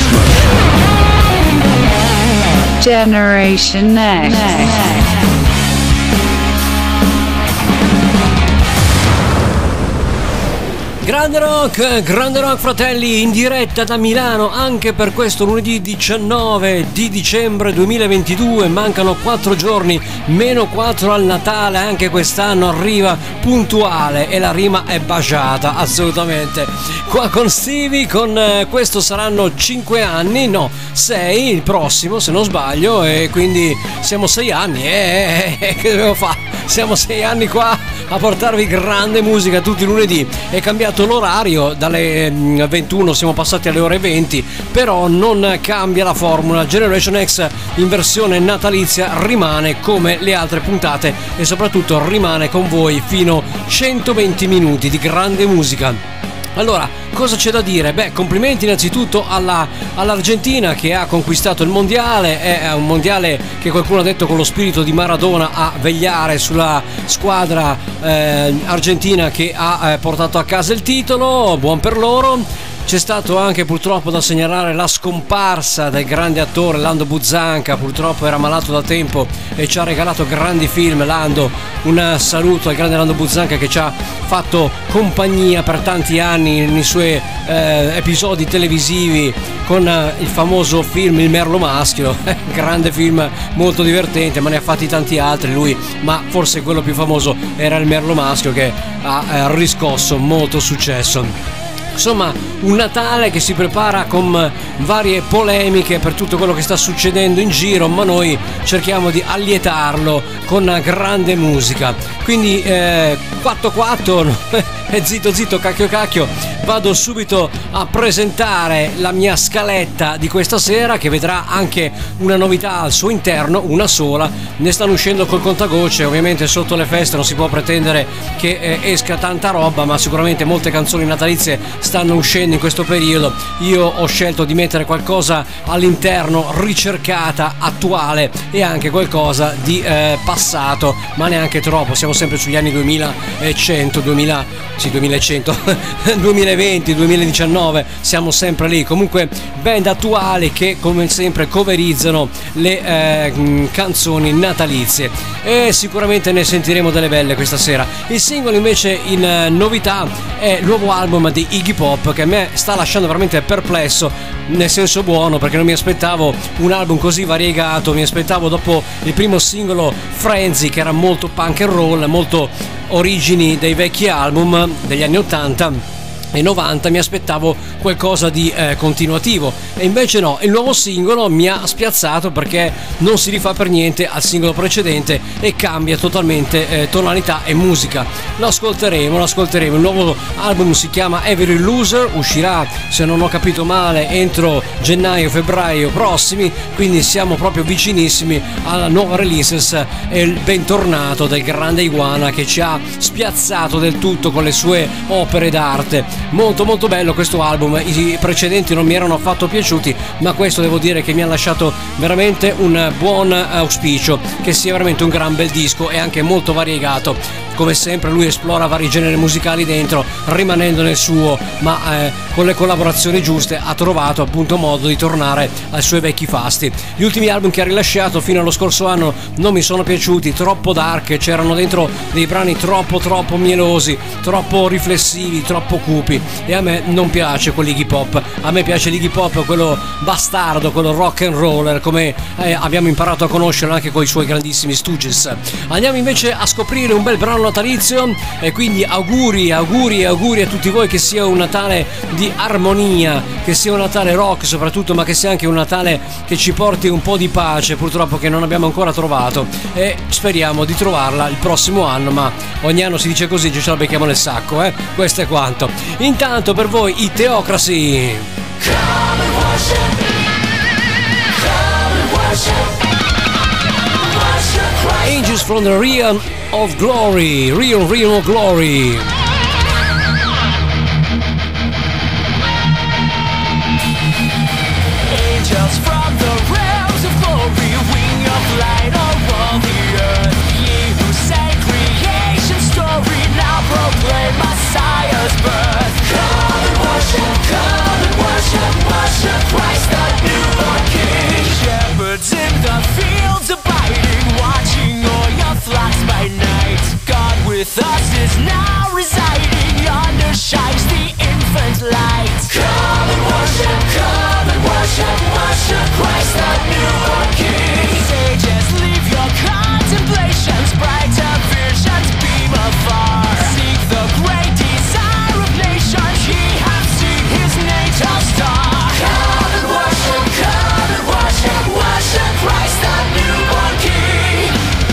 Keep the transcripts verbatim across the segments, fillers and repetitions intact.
Generation Next. Grande rock, grande rock fratelli, in diretta da Milano anche per questo lunedì diciannove di dicembre duemilaventidue. Mancano quattro giorni, meno quattro al Natale, anche quest'anno arriva puntuale e la rima è baciata, assolutamente. Qua con Stevie, con eh, questo saranno cinque anni, no, sei il prossimo se non sbaglio, e quindi siamo sei anni, eh, eh, eh, che dovevo fare? Siamo sei anni qua a portarvi grande musica tutti i lunedì. È cambiato l'orario, dalle ventuno siamo passati alle ore venti, però non cambia la formula. Generation X in versione natalizia rimane come le altre puntate e soprattutto rimane con voi fino a centoventi minuti di grande musica. Allora, cosa c'è da dire? Beh, complimenti innanzitutto alla, all'Argentina che ha conquistato il mondiale. È un mondiale che qualcuno ha detto con lo spirito di Maradona a vegliare sulla squadra eh, argentina che ha eh, portato a casa il titolo. Buon per loro. C'è stato anche purtroppo da segnalare la scomparsa del grande attore Lando Buzzanca. Purtroppo era malato da tempo e ci ha regalato grandi film. Lando, un saluto al grande Lando Buzzanca che ci ha fatto compagnia per tanti anni nei suoi eh, episodi televisivi con eh, il famoso film Il Merlo Maschio. Grande film, molto divertente, ma ne ha fatti tanti altri lui, ma forse quello più famoso era Il Merlo Maschio, che ha eh, riscosso molto successo. Insomma, un Natale che si prepara con varie polemiche per tutto quello che sta succedendo in giro, ma noi cerchiamo di allietarlo con grande musica. Quindi eh, quattro quattro e zitto zitto cacchio cacchio, vado subito a presentare la mia scaletta di questa sera, che vedrà anche una novità al suo interno, una sola. Ne stanno uscendo col contagocce, ovviamente sotto le feste non si può pretendere che eh, esca tanta roba, ma sicuramente molte canzoni natalizie stanno uscendo in questo periodo. Io ho scelto di mettere qualcosa all'interno ricercata, attuale e anche qualcosa di eh, passato, ma neanche troppo. Siamo sempre sugli anni duemilacento, duemila, sì, duemilacento, duemilaventi, duemiladiciannove, siamo sempre lì. Comunque band attuali che come sempre coverizzano le eh, canzoni natalizie, e sicuramente ne sentiremo delle belle questa sera. Il singolo invece in eh, novità è il nuovo album di Iggy Pop, che a me sta lasciando veramente perplesso, nel senso buono, perché non mi aspettavo un album così variegato. Mi aspettavo, dopo il primo singolo Frenzy, che era molto punk and roll, molto origini dei vecchi album degli anni ottanta e novanta, mi aspettavo qualcosa di eh, continuativo, e invece no, il nuovo singolo mi ha spiazzato perché non si rifà per niente al singolo precedente e cambia totalmente eh, tonalità e musica. Lo ascolteremo, lo ascolteremo. Il nuovo album si chiama Every Loser, uscirà, se non ho capito male, entro gennaio-febbraio prossimi, quindi siamo proprio vicinissimi alla nuova releases e il bentornato del grande Iguana, che ci ha spiazzato del tutto con le sue opere d'arte. Molto molto bello questo album. I precedenti non mi erano affatto piaciuti, ma questo devo dire che mi ha lasciato veramente un buon auspicio, che sia veramente un gran bel disco e anche molto variegato. Come sempre lui esplora vari generi musicali dentro, rimanendo nel suo, ma eh, con le collaborazioni giuste ha trovato appunto modo di tornare ai suoi vecchi fasti. Gli ultimi album che ha rilasciato fino allo scorso anno non mi sono piaciuti, troppo dark, c'erano dentro dei brani troppo troppo mielosi, troppo riflessivi, troppo cupi, e a me non piace quell'Iggy Pop. A me piace l'Iggy Pop, quello bastardo, quello rock and roller, come eh, abbiamo imparato a conoscerlo anche con i suoi grandissimi Stooges. Andiamo invece a scoprire un bel brano natalizio, e quindi auguri, auguri, auguri a tutti voi, che sia un Natale di armonia, che sia un Natale rock soprattutto, ma che sia anche un Natale che ci porti un po' di pace, purtroppo, che non abbiamo ancora trovato, e speriamo di trovarla il prossimo anno, ma ogni anno si dice così, ce la becchiamo nel sacco, eh? Questo è quanto. Intanto per voi i Theocracy. Come and worship. Come and worship. Worship Angels from the Realm of Glory. Realm, Realm of Glory. Angels from the realms of glory, wing of light over the earth. Ye who sang creation's story, now proclaim Messiah's birth. Come and worship, come and worship, worship Christ. with us is now residing under shines the infant light. Come and worship, come and worship, worship Christ the newborn King. Sages, leave your contemplations, brighter visions beam afar. Seek the great desire of nations, ye have seen his natal star. Come and worship, come and worship, worship Christ the newborn King.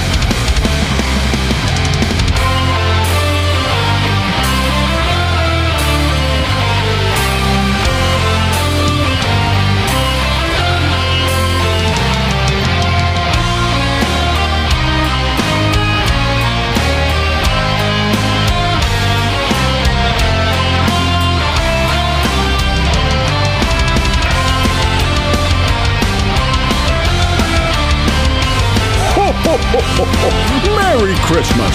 Merry Christmas!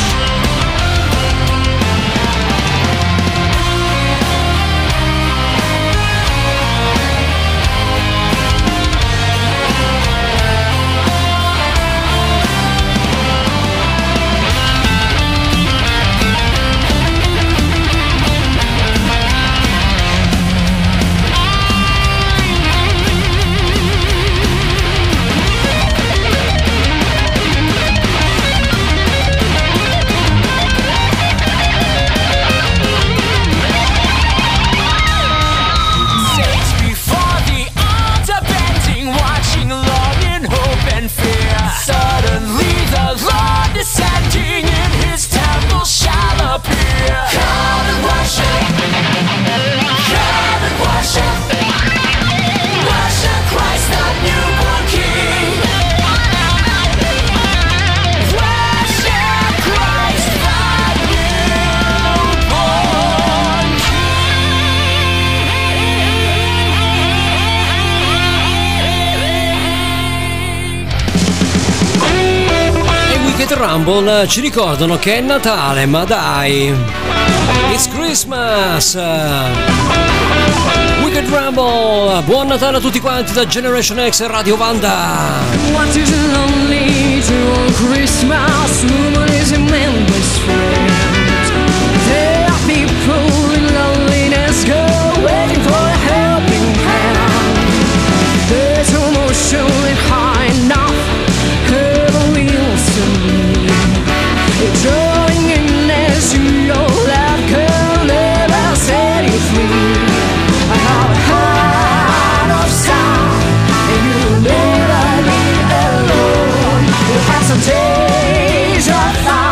Rumble ci ricordano che è Natale, ma dai, it's Christmas. Wicked Rumble, buon Natale a tutti quanti da Generation X e Radio Vanda. What is lonely to Christmas? Woman is a man best friend. There are people in loneliness go waiting for a helping hand. There's no motion high enough. Heavenly awesome. Drawing in as you know that can never set you free. I have a heart of stone, and you'll never be alone. You have some days of fire.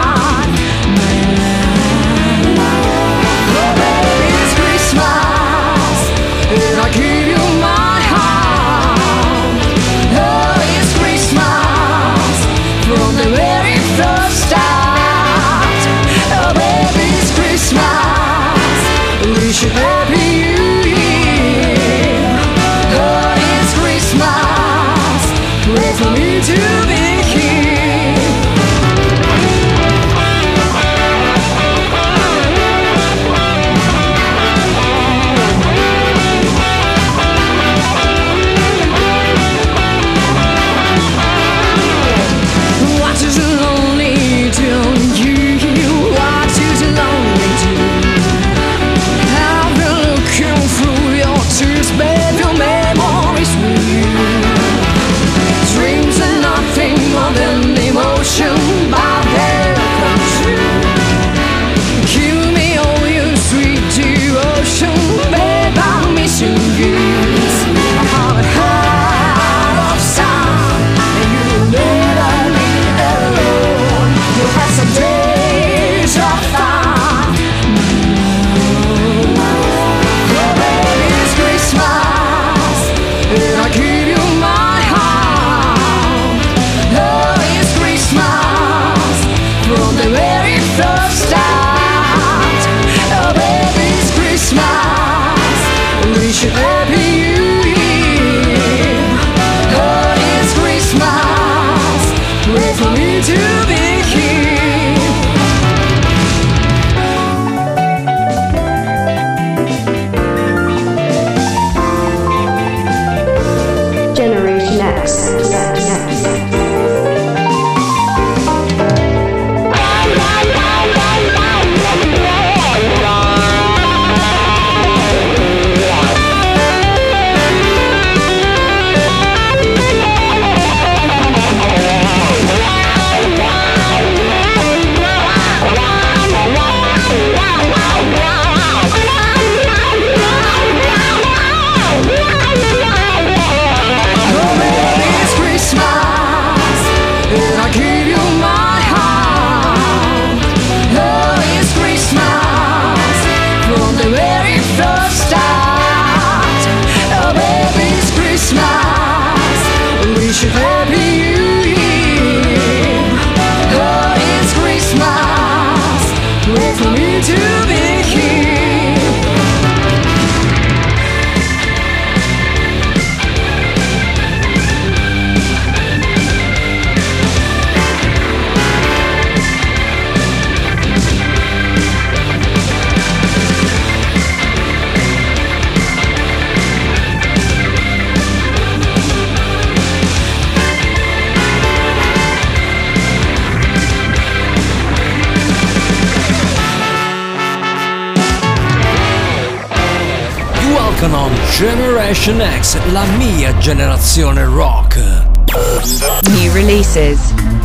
dicono Generation X, la mia generazione rock. New releases.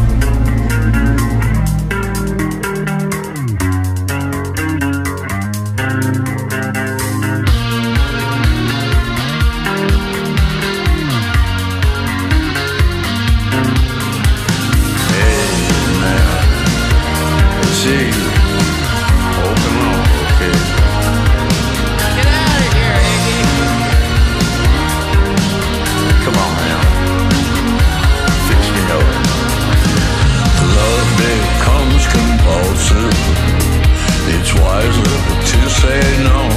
It's wiser to say no.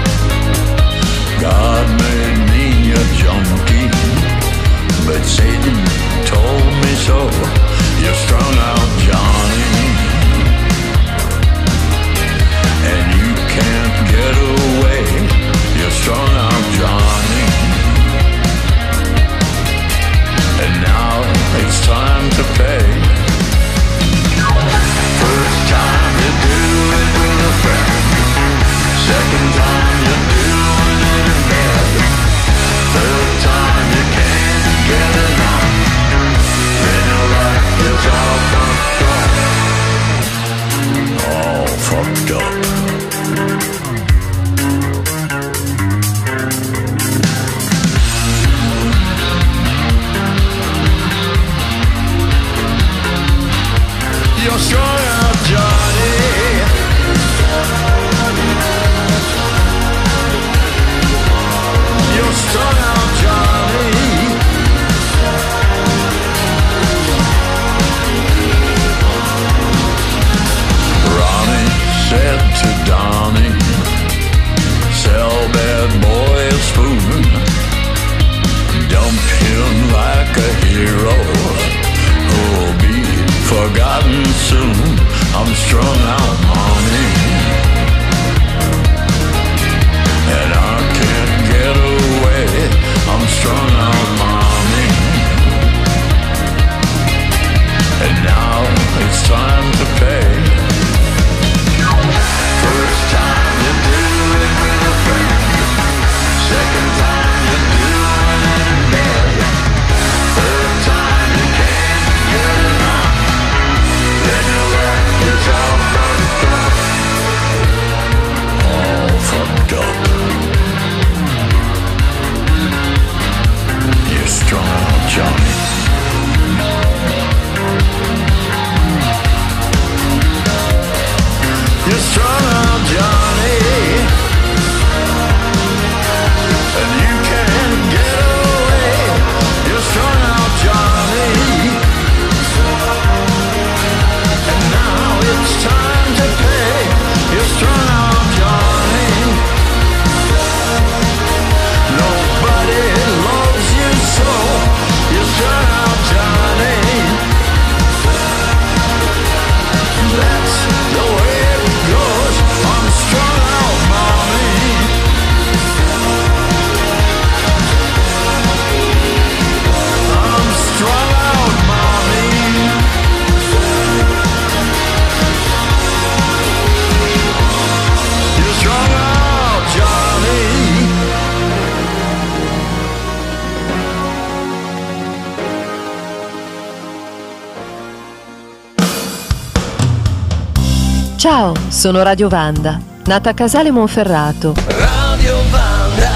God made me a junkie, but Satan told me so. You're strung out, Johnny, and you can't get away. You're strung out, Johnny, and now it's time to pay. First time you do it with a friend, second time you do it in bed, third time you can't get enough, then your life is all fucked up, all fucked up. You're strung out, Johnny. You're strung out, Johnny. Ronnie said to Donnie, sell bad boy a spoon, dump him like a hero, who'll be forgotten soon. I'm strung out, mommy, and I can't get away. I'm strung out, mommy, and now it's time to pay. First time you do it with a friend, second time you do it in bed, third time you can't get enough, then your life is all fucked up. All fucked up. You're strung out, Johnny. You're strung out, Johnny, and you can't get away. You're strung out, Johnny, and now it's time to pay. You're strung out, Johnny. Nobody loves you so. You're strung out, Johnny. That's the way it goes. I'm strung out, mommy. I'm strung out, mommy. You're strung out, Johnny. Ciao, sono Radio Vanda, nata a Casale Monferrato. Radio Vanda.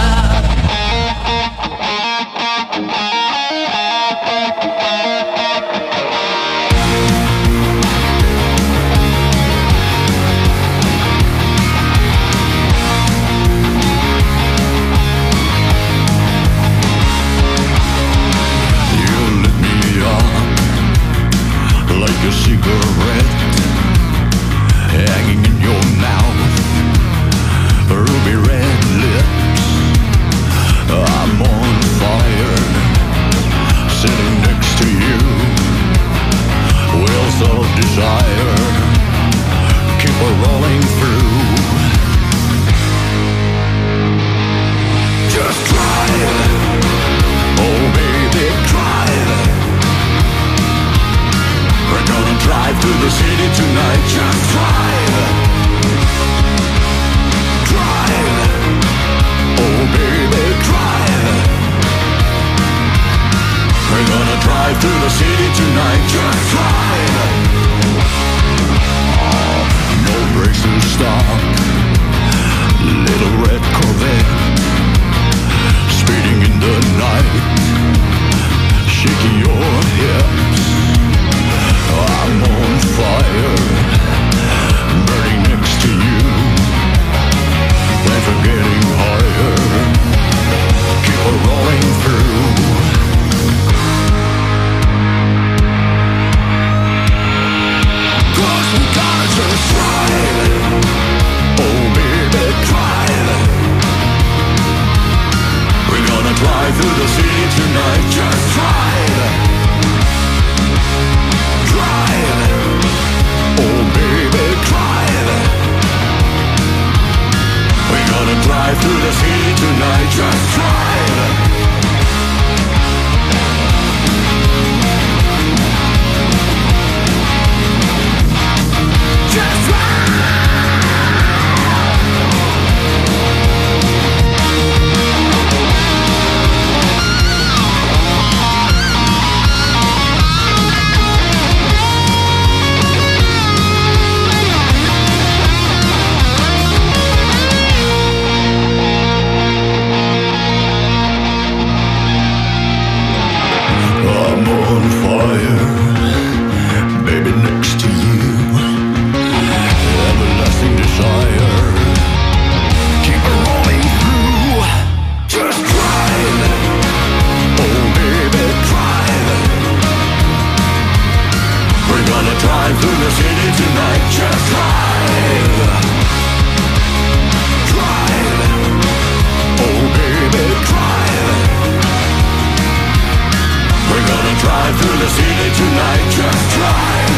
You lit me up like a cigarette hanging in your mouth, ruby red lips. I'm on fire, sitting next to you. Wheels of desire keep a rolling through. Just drive, oh baby, drive. We're gonna drive to the city tonight. Just drive, drive, oh baby. drive through the city tonight. Just drive. No brakes to stop. Little red Corvette speeding in the night, shaking your hips. I'm on fire, burning next to you. Plans are getting higher, keep on rolling through. Cause we gotta just drive. Oh baby, drive. We're gonna drive through the city tonight. Just drive. Drive. Oh baby, drive. We're gonna drive through the city tonight. Just drive. Just drive. I'm on fire, baby, next to you. Everlasting desire, keep it rolling through. Just drive, oh baby, drive. We're gonna drive through the city tonight. Just drive, drive, oh baby, drive. We're gonna drive through the city tonight. Just drive.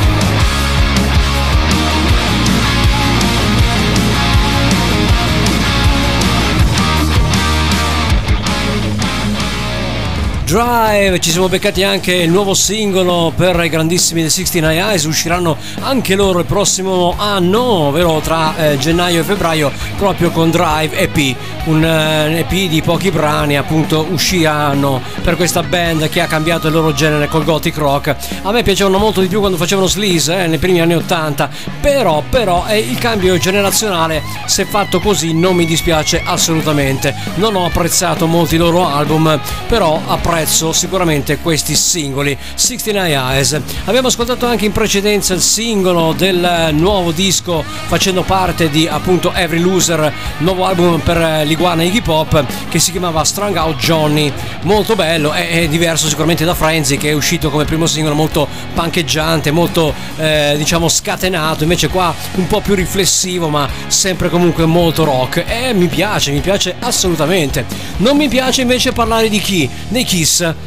Drive, ci siamo beccati anche il nuovo singolo per i grandissimi The sessantanove Eyes, usciranno anche loro il prossimo anno, ovvero tra eh, gennaio e febbraio, proprio con Drive E P, un eh, E P di pochi brani, appunto usciranno per questa band che ha cambiato il loro genere col gothic rock. A me piacevano molto di più quando facevano sleaze eh, nei primi anni ottanta, però, però eh, il cambio generazionale, se fatto così, non mi dispiace assolutamente. Non ho apprezzato molti loro album, però apprezzo sicuramente questi singoli. sessantanove Eyes. Abbiamo ascoltato anche in precedenza il singolo del nuovo disco facendo parte di appunto Every Loser, nuovo album per l'Iguana Iggy Pop che si chiamava Strung Out Johnny, molto bello, è, è diverso sicuramente da Frenzy che è uscito come primo singolo molto pancheggiante, molto eh, diciamo scatenato, invece qua un po' più riflessivo ma sempre comunque molto rock e mi piace, mi piace assolutamente. Non mi piace invece parlare di chi? Dei Kiss.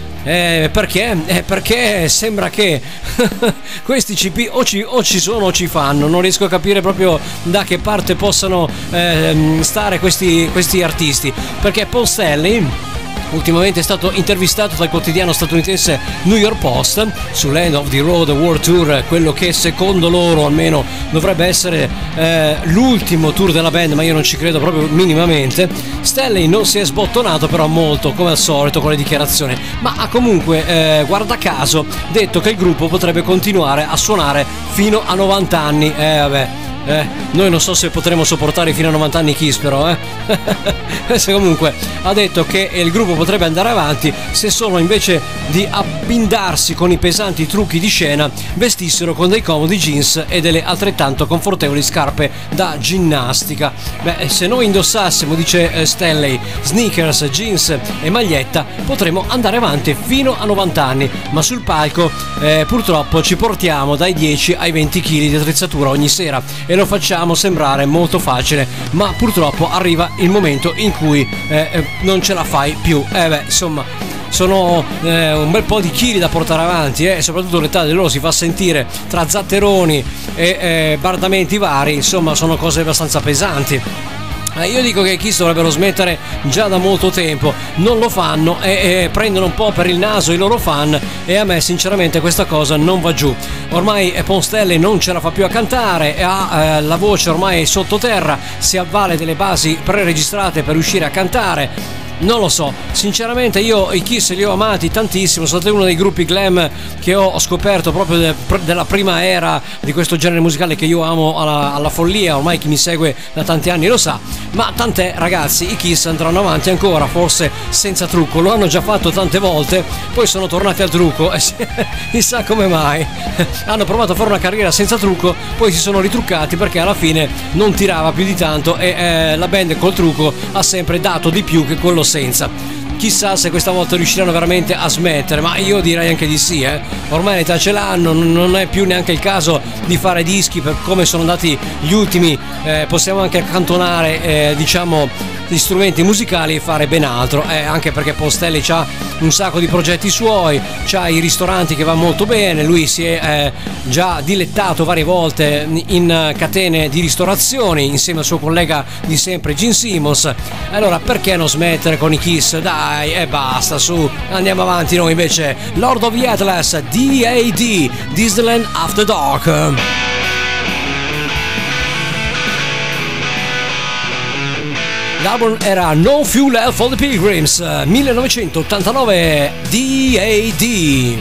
Eh, perché? Eh, perché sembra che questi C P o ci, o ci sono o ci fanno, non riesco a capire proprio da che parte possano eh, stare questi, questi artisti, perché Paul Stanley ultimamente è stato intervistato dal quotidiano statunitense New York Post sull'End of the Road World Tour, quello che secondo loro almeno dovrebbe essere eh, l'ultimo tour della band, ma io non ci credo proprio minimamente. Stanley non si è sbottonato però molto, come al solito, con le dichiarazioni, ma ha comunque, eh, guarda caso, detto che il gruppo potrebbe continuare a suonare fino a novanta anni. Eh vabbè, Eh, noi non so se potremo sopportare fino a novanta anni Kiss, però eh. Questo comunque ha detto che il gruppo potrebbe andare avanti se solo invece di abbindarsi con i pesanti trucchi di scena vestissero con dei comodi jeans e delle altrettanto confortevoli scarpe da ginnastica. Beh, se noi indossassimo, dice Stanley, sneakers, jeans e maglietta potremo andare avanti fino a novanta anni, ma sul palco eh, purtroppo ci portiamo dai dieci ai venti chili di attrezzatura ogni sera e lo facciamo sembrare molto facile, ma purtroppo arriva il momento in cui eh, non ce la fai più. Eh beh, insomma, sono eh, un bel po' di chili da portare avanti eh, e soprattutto l'età di loro si fa sentire tra zatteroni e eh, bardamenti vari, insomma sono cose abbastanza pesanti. Eh, io dico che i Kiss dovrebbero smettere già da molto tempo, non lo fanno e, e prendono un po' per il naso i loro fan e a me sinceramente questa cosa non va giù. Ormai Paul Stanley non ce la fa più a cantare, ha eh, la voce ormai sottoterra, si avvale delle basi preregistrate per riuscire a cantare. Non lo so, sinceramente io i Kiss li ho amati tantissimo, sono stato uno dei gruppi glam che ho scoperto proprio de, della prima era di questo genere musicale che io amo alla, alla follia, ormai chi mi segue da tanti anni lo sa, ma tant'è ragazzi, i Kiss andranno avanti ancora, forse senza trucco, lo hanno già fatto tante volte, poi sono tornati al trucco e chissà come mai, hanno provato a fare una carriera senza trucco, poi si sono ritruccati perché alla fine non tirava più di tanto e eh, la band col trucco ha sempre dato di più che quello senza. Chissà se questa volta riusciranno veramente a smettere, ma io direi anche di sì, eh. Ormai l'età ce l'hanno, non è più neanche il caso di fare dischi per come sono andati gli ultimi, eh, possiamo anche accantonare eh, diciamo gli strumenti musicali e fare ben altro, eh, anche perché Postelli c'ha un sacco di progetti suoi, c'ha i ristoranti che va molto bene, lui si è eh, già dilettato varie volte in catene di ristorazioni insieme al suo collega di sempre Gene Simmons, allora perché non smettere con i Kiss? Dai, e basta, su, andiamo avanti noi invece. Lord of the Atlas, D A D, Disneyland After Dark. L'album era No Fuel for the Pilgrims, millenovecentottantanove, D A D.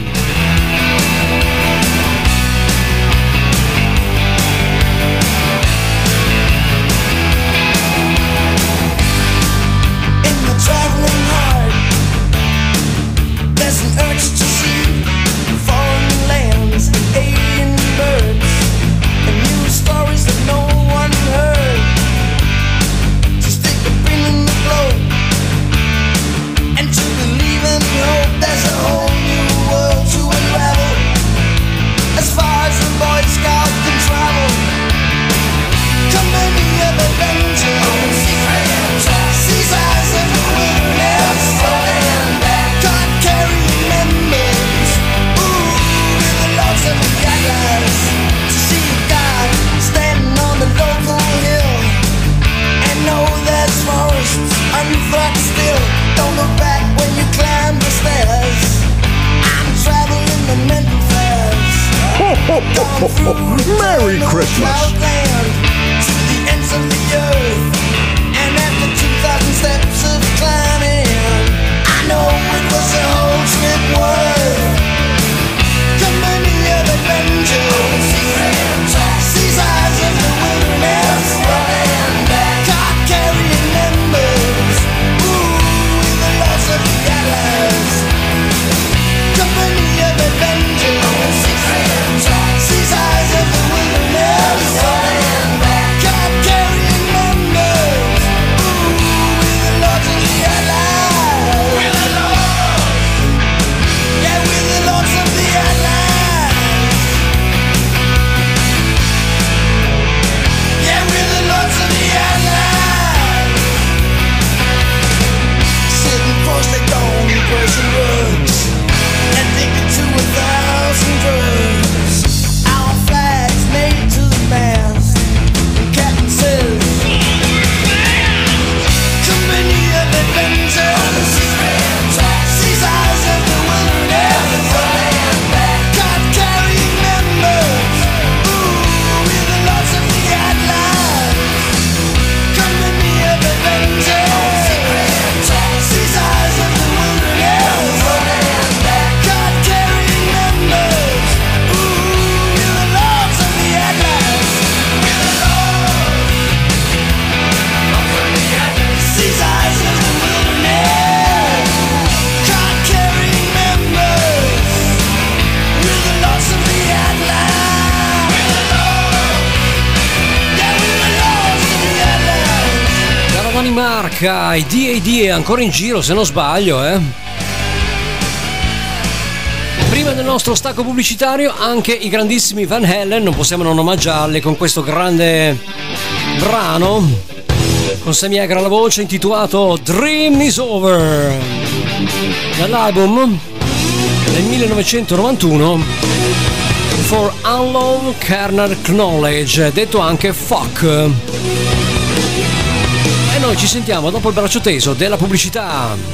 Merry Christmas! Danimarca, i D A D è ancora in giro se non sbaglio, eh. Prima del nostro stacco pubblicitario anche i grandissimi Van Halen, non possiamo non omaggiarli con questo grande brano con Sammy Hagar alla voce intitolato Dream is Over, dall'album del millenovecentonovantuno For Unlove Carnal Knowledge, detto anche Fuck. E noi ci sentiamo dopo il braccio teso della pubblicità.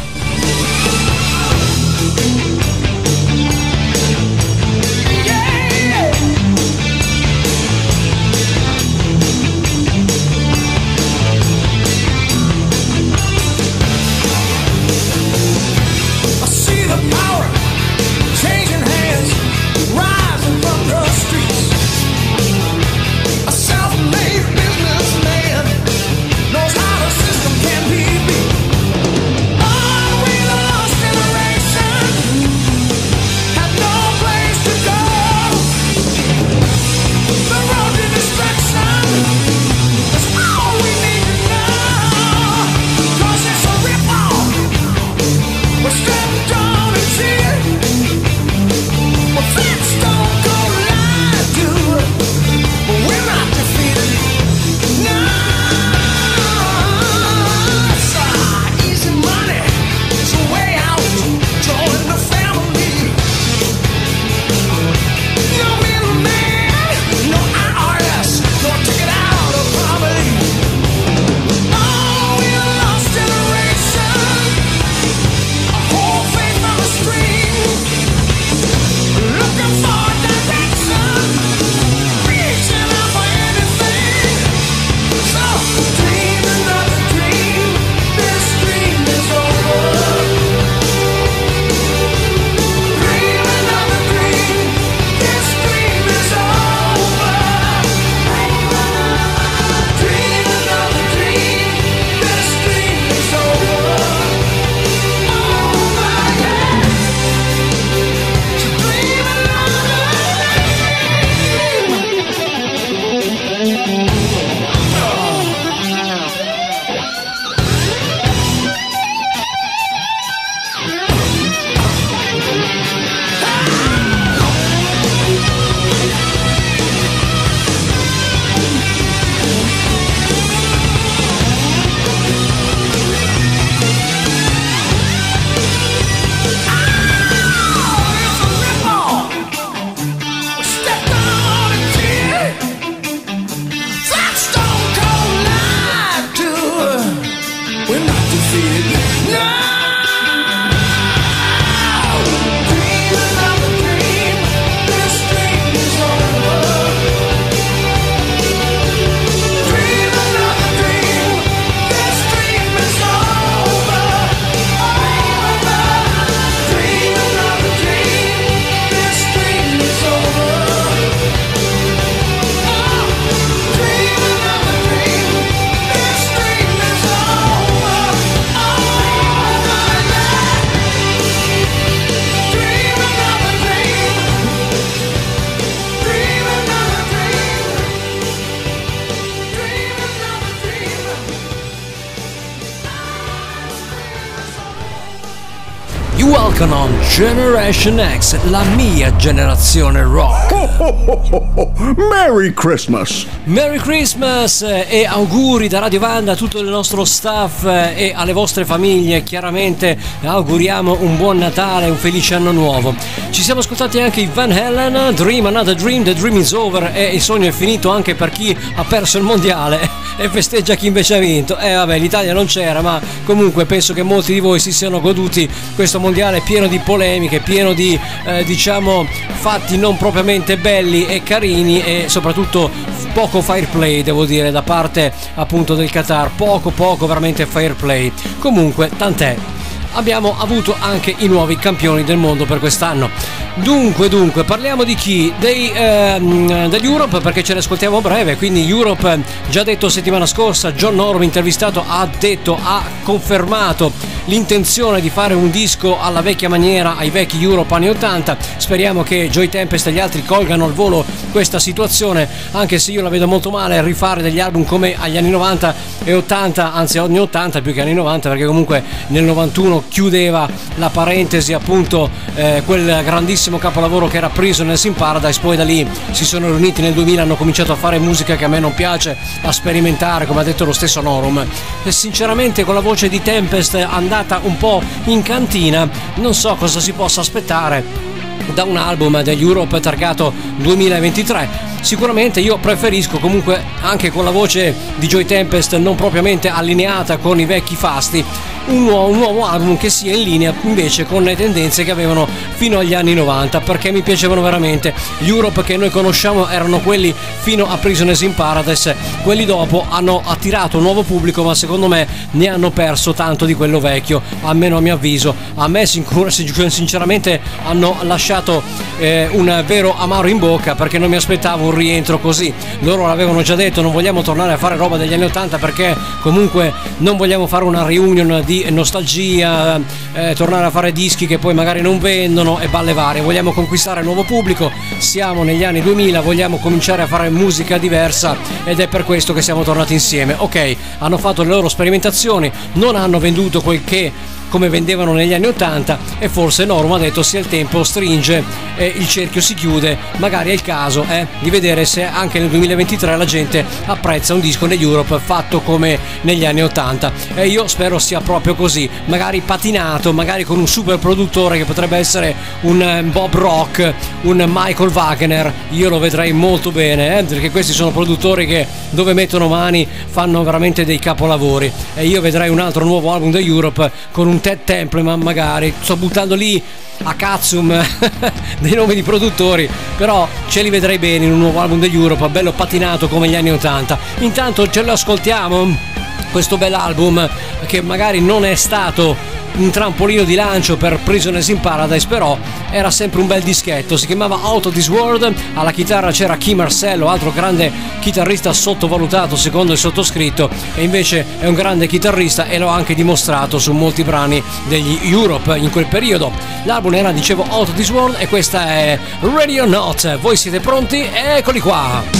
Welcome Generation X, la mia generazione rock. Ho, ho, ho, ho, ho. Merry Christmas! Merry Christmas e auguri da Radio Vanda a tutto il nostro staff e alle vostre famiglie. Chiaramente auguriamo un buon Natale, un felice anno nuovo. Ci siamo ascoltati anche i Van Halen, Dream Another Dream, The Dream is Over, e il sogno è finito anche per chi ha perso il mondiale e festeggia chi invece ha vinto. E eh, vabbè, l'Italia non c'era, ma comunque penso che molti di voi si siano goduti questo mondiale pieno di polemiche, pieno di eh, diciamo fatti non propriamente belli e carini, e soprattutto poco fair play, devo dire, da parte appunto del Qatar. Poco poco veramente fair play. Comunque tant'è, abbiamo avuto anche i nuovi campioni del mondo per quest'anno. Dunque, dunque, parliamo di chi? Dei, ehm, degli Europe, perché ce ne ascoltiamo a breve. Quindi Europe, già detto settimana scorsa, John Norum intervistato ha detto, ha confermato l'intenzione di fare un disco alla vecchia maniera, ai vecchi Europe anni ottanta. Speriamo che Joey Tempest e gli altri colgano al volo questa situazione, anche se io la vedo molto male rifare degli album come agli anni novanta e ottanta, anzi anni ottanta più che anni novanta, perché comunque nel novantuno chiudeva la parentesi appunto eh, quel grandissimo capolavoro che era Prisoners in Paradise. Poi da lì si sono riuniti nel duemila, hanno cominciato a fare musica che a me non piace, a sperimentare, come ha detto lo stesso Norum, e sinceramente con la voce di Tempest andata un po' in cantina non so cosa si possa aspettare da un album degli Europe targato duemilaventitré. Sicuramente io preferisco comunque, anche con la voce di Joey Tempest non propriamente allineata con i vecchi fasti, un nuovo, un nuovo album che sia in linea invece con le tendenze che avevano fino agli anni novanta, perché mi piacevano veramente. Gli Europe che noi conosciamo erano quelli fino a Prisoners in Paradise, quelli dopo hanno attirato un nuovo pubblico, ma secondo me ne hanno perso tanto di quello vecchio, almeno a mio avviso. A me sinceramente hanno lasciato eh, un vero amaro in bocca, perché non mi aspettavo un rientro così. Loro l'avevano già detto, non vogliamo tornare a fare roba degli anni ottanta perché comunque non vogliamo fare una reunion di nostalgia, eh, tornare a fare dischi che poi magari non vendono e balle varie. Vogliamo conquistare il nuovo pubblico, siamo negli anni duemila, vogliamo cominciare a fare musica diversa ed è per questo che siamo tornati insieme. Ok, hanno fatto le loro sperimentazioni, non hanno venduto quel che come vendevano negli anni ottanta, e forse Norum ha detto sia il tempo stringe e il cerchio si chiude, magari è il caso eh, di vedere se anche nel duemilaventitré la gente apprezza un disco negli Europe fatto come negli anni ottanta, e io spero sia proprio così, magari patinato, magari con un super produttore che potrebbe essere un Bob Rock, un Michael Wagner. Io lo vedrei molto bene eh, perché questi sono produttori che dove mettono mani fanno veramente dei capolavori, e io vedrei un altro nuovo album degli Europe con un Ted Templeman, magari sto buttando lì a cazzum dei nomi di produttori, però ce li vedrei bene in un nuovo album degli Europe bello patinato come gli anni ottanta. Intanto ce lo ascoltiamo questo bell'album che magari non è stato un trampolino di lancio per Prisoners in Paradise, però era sempre un bel dischetto. Si chiamava Out of This World, alla chitarra c'era Key Marcello, altro grande chitarrista sottovalutato secondo il sottoscritto, e invece è un grande chitarrista e l'ho anche dimostrato su molti brani degli Europe in quel periodo. L'album era, dicevo, Out of This World, e questa è Ready or Not. Voi siete pronti? Eccoli qua!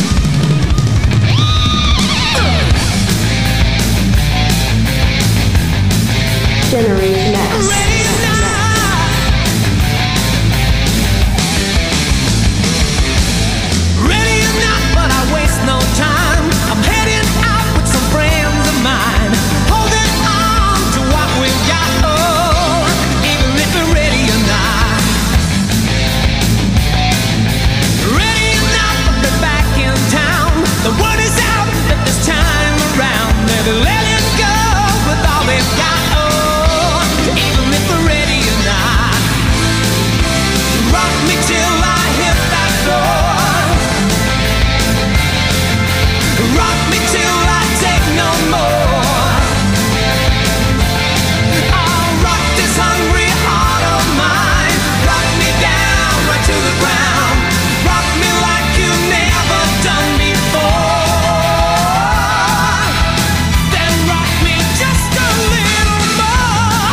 Generation X. Ready or not, but I waste no time. I'm heading out with some friends of mine, holding on to what we've got. Oh, even if we're ready or not. Ready or not, but they're back in town. The word is out that this time around they're letting go with all they've got. Even if we're ready or not, rock me till I hit that floor. Rock me till I take no more. I'll rock this hungry heart of mine. Rock me down right to the ground. Rock me like you've never done before. Then rock me just a little more.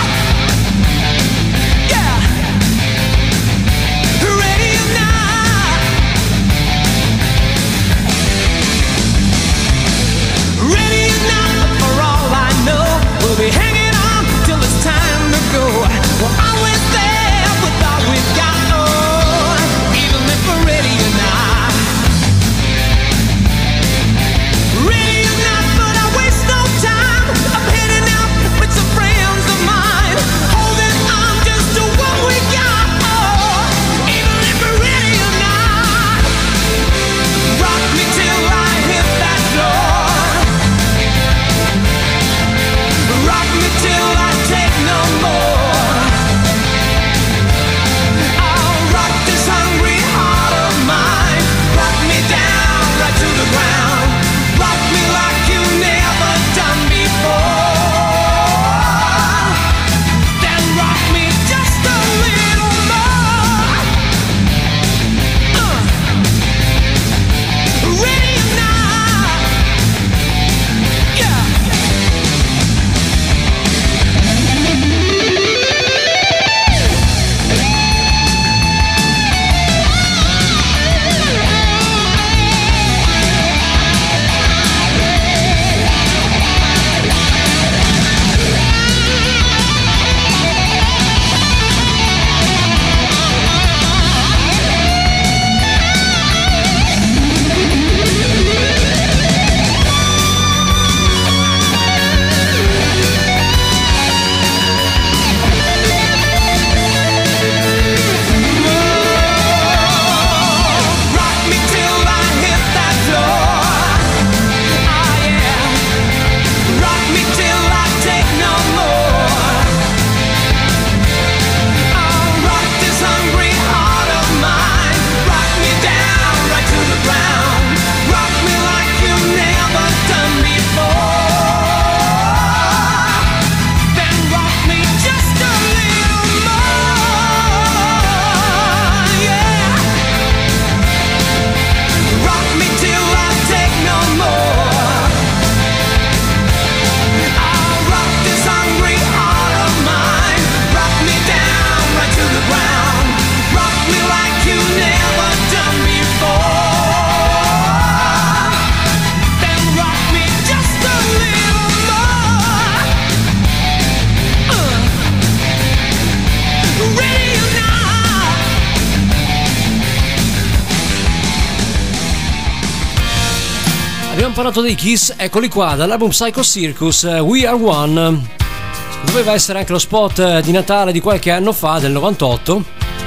Abbiamo parlato dei Kiss, eccoli qua, dall'album Psycho Circus, We Are One. Doveva essere anche lo spot di Natale di qualche anno fa, del novantotto.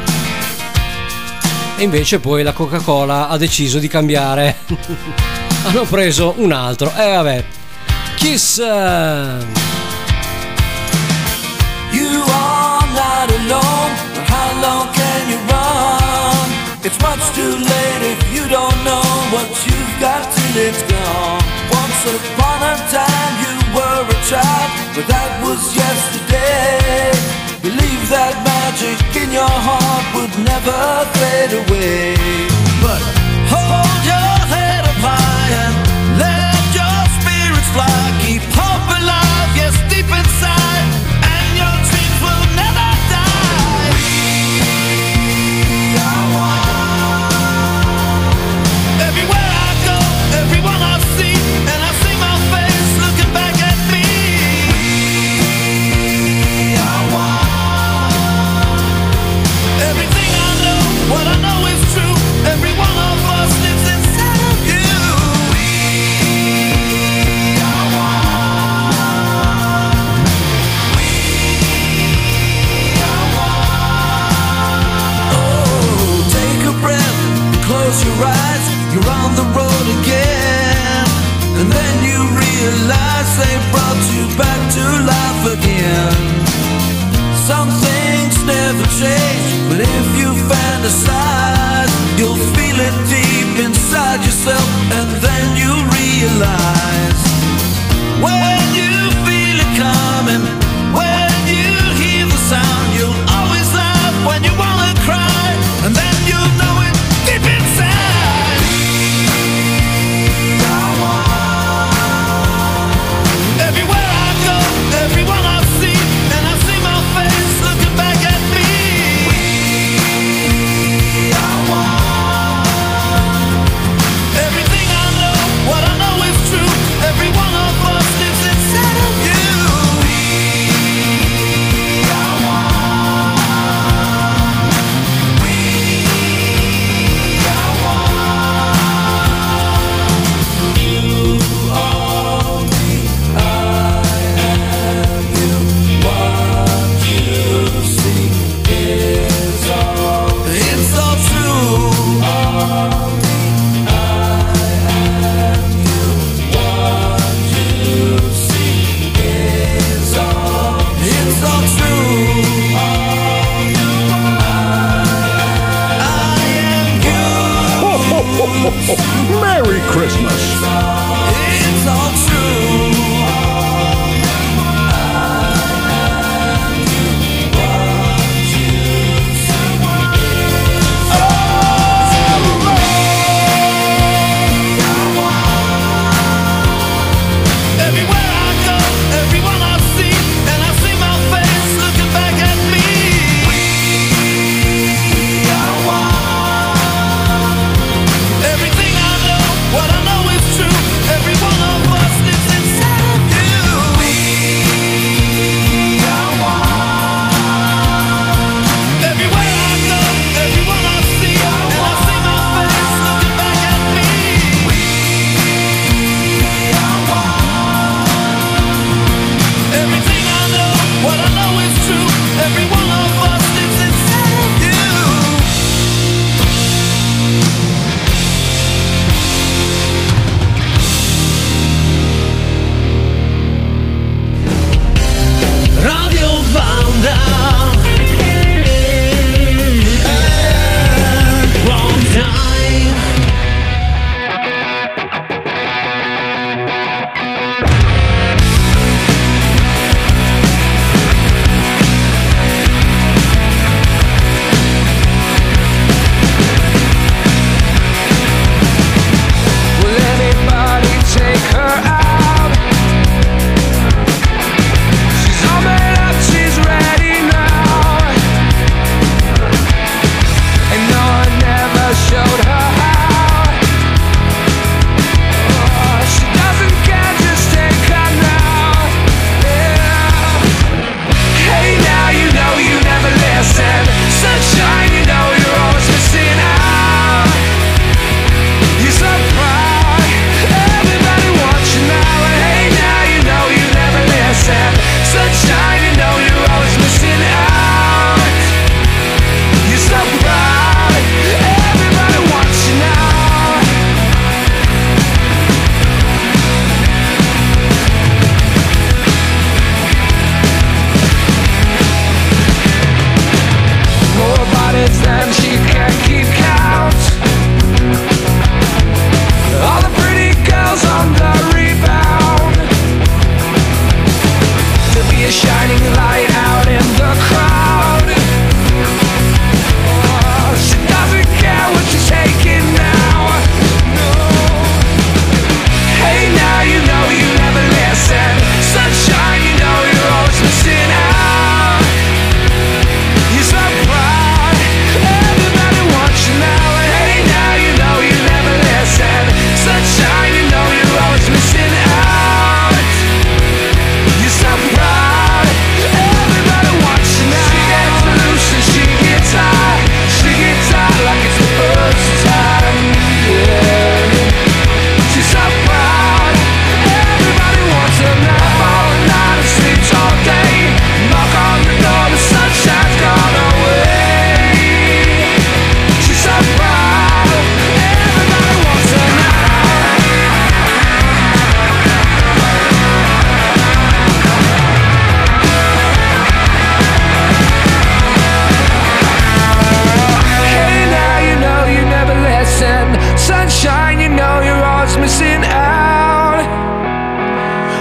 E invece poi la Coca-Cola ha deciso di cambiare. Hanno preso un altro. E eh, vabbè. Kiss. You are not alone, but how long can you run? It's much too late if you don't know what you've got till it's gone. Once upon a time you were a child, but that was yesterday. Believe that magic in your heart would never fade away. But hold your head up high and let your spirits fly. Keep hope alive, yes, deep inside, and your dreams will never die. We are one. Everywhere I go, everyone I see, and I see my face looking back at me. We are one. Everything I know, what I know is true. Every one of us lives inside of you. We are one. We are one. Oh, take a breath, close your eyes. You're on the road again, and then you realize they brought you back to life again. Some things never change, but if you fantasize, you'll feel it deep inside yourself, and then you realize when you feel it coming, when you hear the sound, you'll always laugh when you wanna cry, and then you'll know it deep inside. Everywhere I go, everyone I see, and I see my face looking back at me. We are one. Everything I know, what I know is true. Every one of us lives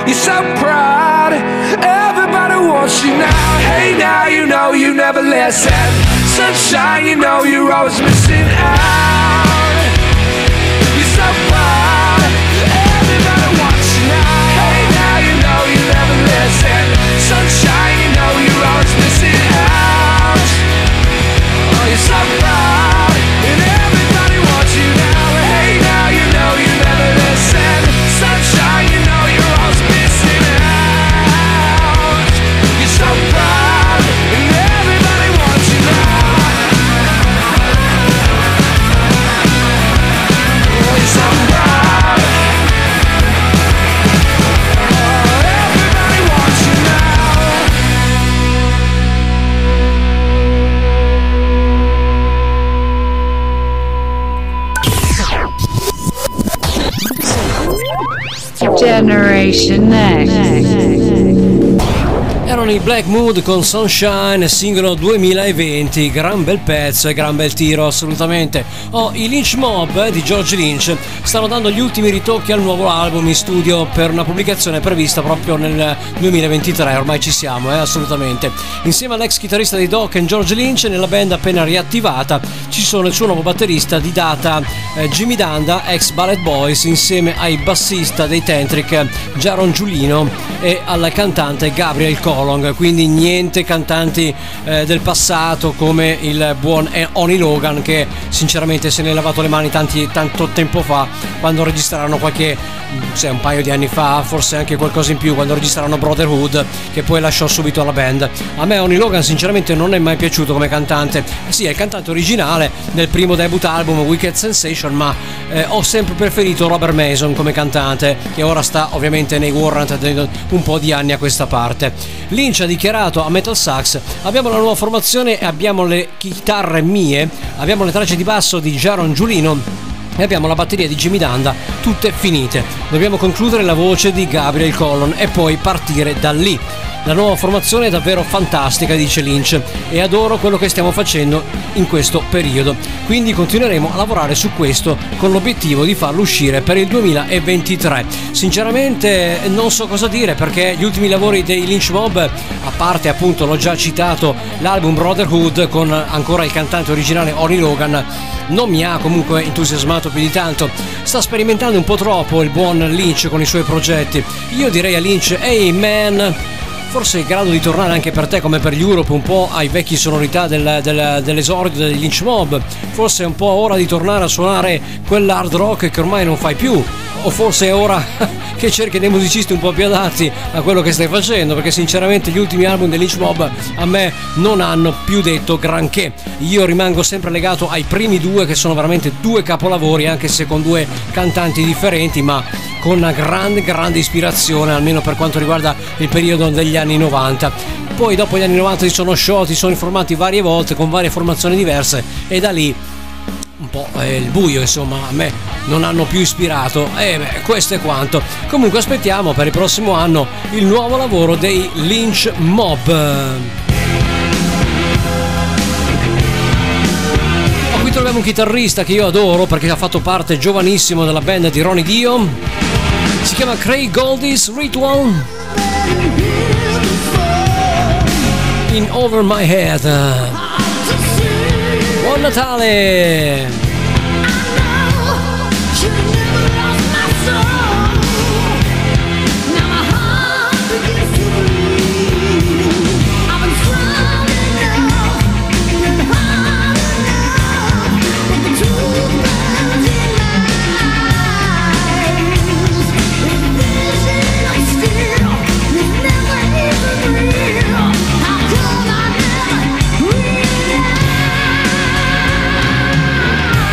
You're so proud, everybody wants you now. Hey now, you know you never listen. Sunshine, you know you're always missing out. You're so proud, everybody wants you now. Hey now, you know you never listen. Sunshine, you know you're always missing out. Oh, you're so proud, and everybody wants you now. Hey now, you know you never listen. Sunshine, you know you're always missing out. You're so proud, and everybody wants you now. Oh, you're so proud. Oh, everybody wants you now. Generation Next. Erano i Black Mood con Sunshine, singolo duemilaventi, gran bel pezzo e gran bel tiro assolutamente. Oh, i Lynch Mob eh, di George Lynch stanno dando gli ultimi ritocchi al nuovo album in studio per una pubblicazione prevista proprio nel duemilaventitré, ormai ci siamo eh, assolutamente. Insieme all'ex chitarrista di Doc e George Lynch, nella band appena riattivata ci sono il suo nuovo batterista di data eh, Jimmy Danda, ex Ballet Boys, insieme ai bassista dei Tantric Jaron Giulino e al cantante Gabriel Colong, quindi niente cantanti eh, del passato come il buon Oni Logan, che sinceramente se ne è lavato le mani tanti, tanto tempo fa, quando registrarono qualche, se un paio di anni fa, forse anche qualcosa in più, quando registrarono Brotherhood, che poi lasciò subito la band. A me Oni Logan sinceramente non è mai piaciuto come cantante. Sì, è il cantante originale del primo debut album Wicked Sensation, ma eh, ho sempre preferito Robert Mason come cantante, che ora sta ovviamente nei Warrant da un po' di anni a questa parte. Lynch ha dichiarato a Metal Sax: abbiamo la nuova formazione e abbiamo le chitarre mie, abbiamo le tracce di basso di Jaron Giulino e abbiamo la batteria di Jimmy Danda, tutte finite. Dobbiamo concludere la voce di Gabriel Colon e poi partire da lì. La nuova formazione è davvero fantastica, dice Lynch, e adoro quello che stiamo facendo in questo periodo. Quindi continueremo a lavorare su questo con l'obiettivo di farlo uscire per il duemilaventitré. Sinceramente non so cosa dire, perché gli ultimi lavori dei Lynch Mob, a parte appunto l'ho già citato, l'album Brotherhood con ancora il cantante originale Oni Logan, non mi ha comunque entusiasmato più di tanto. Sta sperimentando un po' troppo il buon Lynch con i suoi progetti. Io direi a Lynch: hey man, forse è il grado di tornare anche per te, come per gli Europe, un po' ai vecchi sonorità del, del, dell'esordio degli Lynch Mob. Forse è un po' ora di tornare a suonare quell'hard rock che ormai non fai più, o forse è ora che cerchi dei musicisti un po' più adatti a quello che stai facendo, perché sinceramente gli ultimi album dei Lynch Mob a me non hanno più detto granché. Io rimango sempre legato ai primi due, che sono veramente due capolavori, anche se con due cantanti differenti, ma con una grande grande ispirazione, almeno per quanto riguarda il periodo degli anni novanta. Poi dopo gli anni novanta si sono sciolti, si sono riformati varie volte con varie formazioni diverse, e da lì un po' eh, il buio, insomma, a me non hanno più ispirato. E beh, questo è quanto. Comunque aspettiamo per il prossimo anno il nuovo lavoro dei Lynch Mob. Qui troviamo un chitarrista che io adoro, perché ha fatto parte giovanissimo della band di Ronnie Dio. Si chiama Craig Goldie's Ritual in Over My Head. Buon Natale! How come I never realized?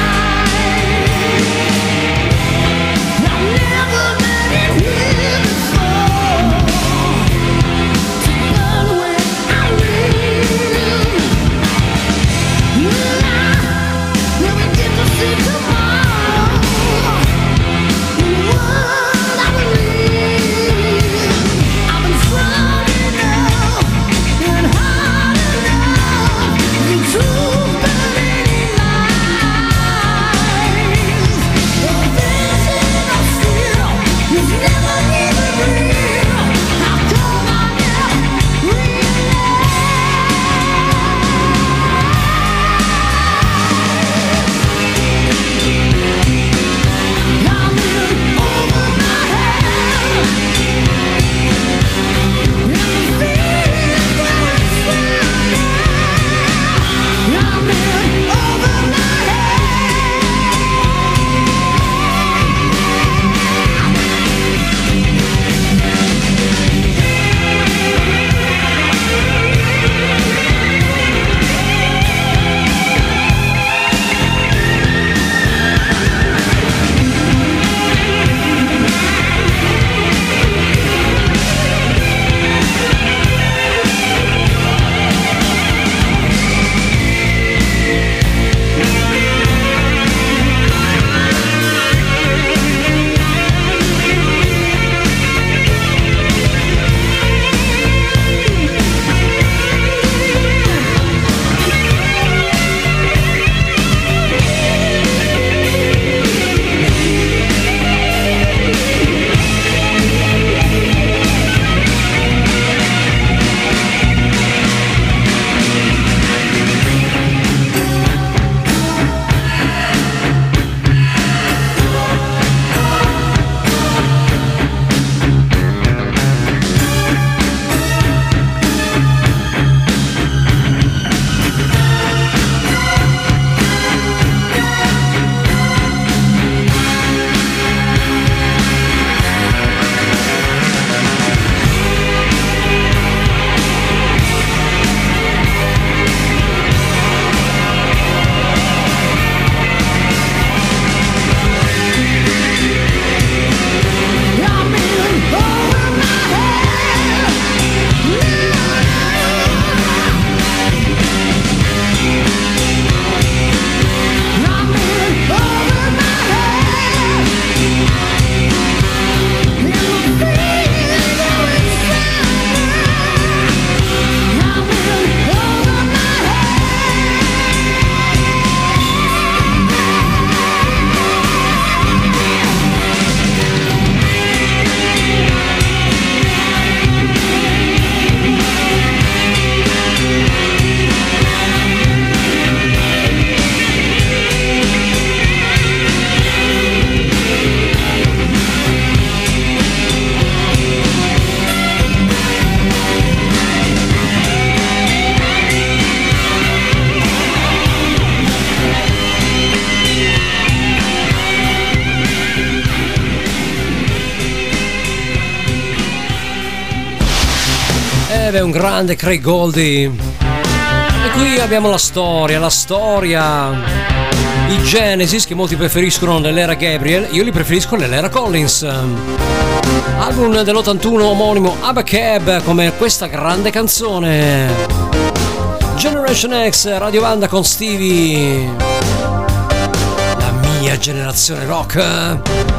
beve un grande Craig Goldie. E qui abbiamo la storia, la storia. I Genesis, che molti preferiscono nell'era Gabriel, io li preferisco nell'era Collins. Album dell'ottantuno omonimo Abba Cab, come questa grande canzone. Generation X, Radio Banda con Stevie. La mia generazione rock.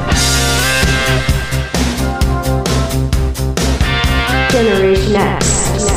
Generation X.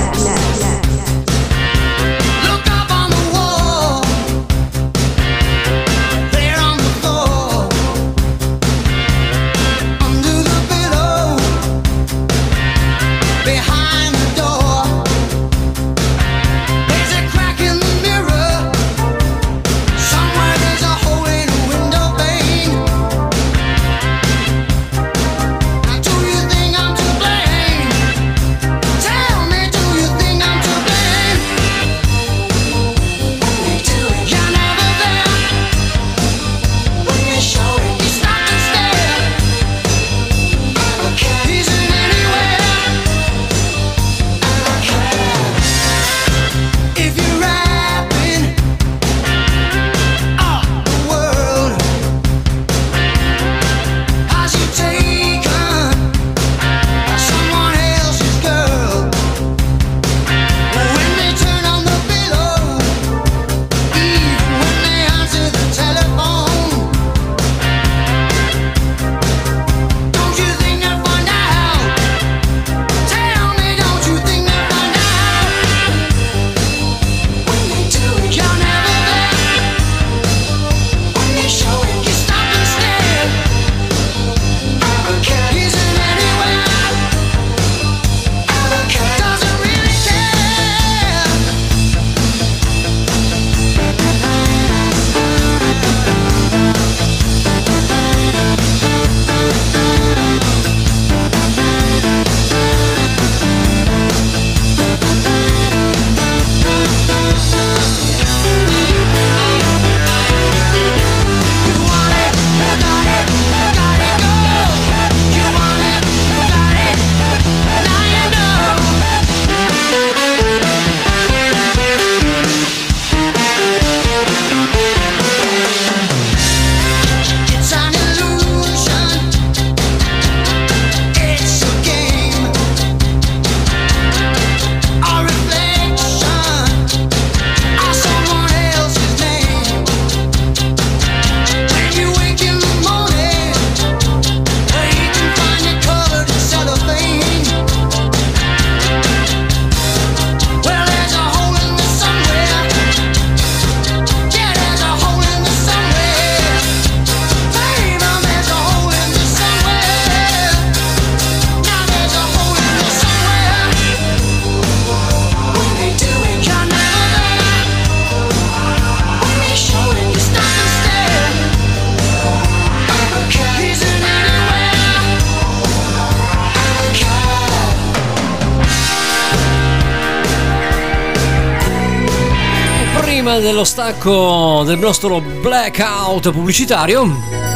Dello stacco del nostro blackout pubblicitario,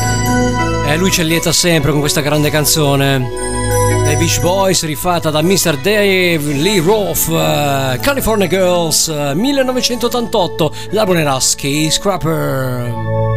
e lui ci allieta sempre con questa grande canzone dei Beach Boys, rifatta da mister Dave Lee Roth, uh, California Girls, uh, millenovecentottantotto. L'album era Skyscraper.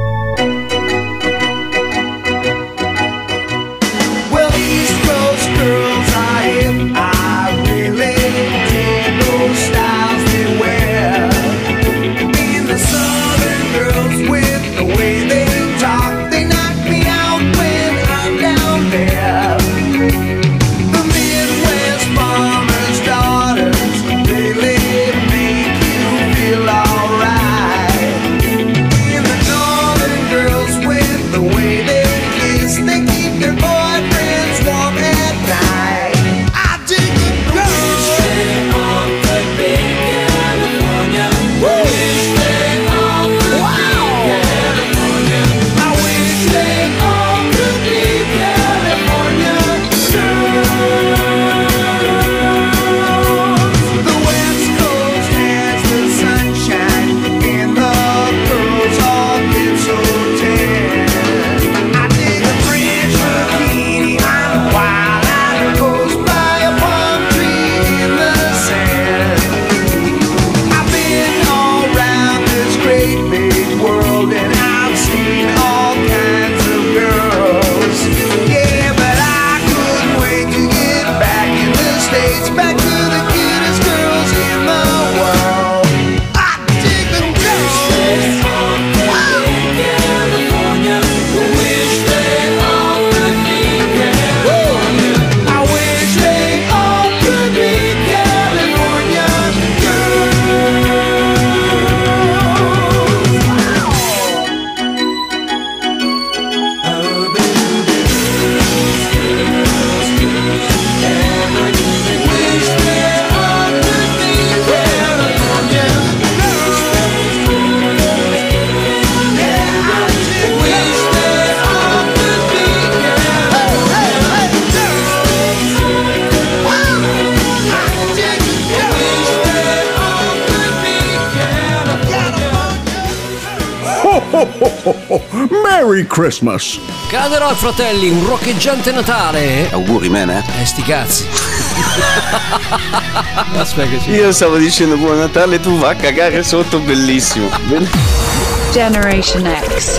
Well, East Coast girls are hip. I really dig those styles they wear. Southern girls with the way they talk, they knock me out when I'm down there. The Midwest farmers' daughters really make you feel alright. In the northern Merry Christmas! Grande rock, fratelli, un roccheggiante Natale. Auguri, mene. Eh, sti cazzi. Aspetta che ci... Io stavo dicendo buon Natale, tu va a cagare sotto, bellissimo. Generation X.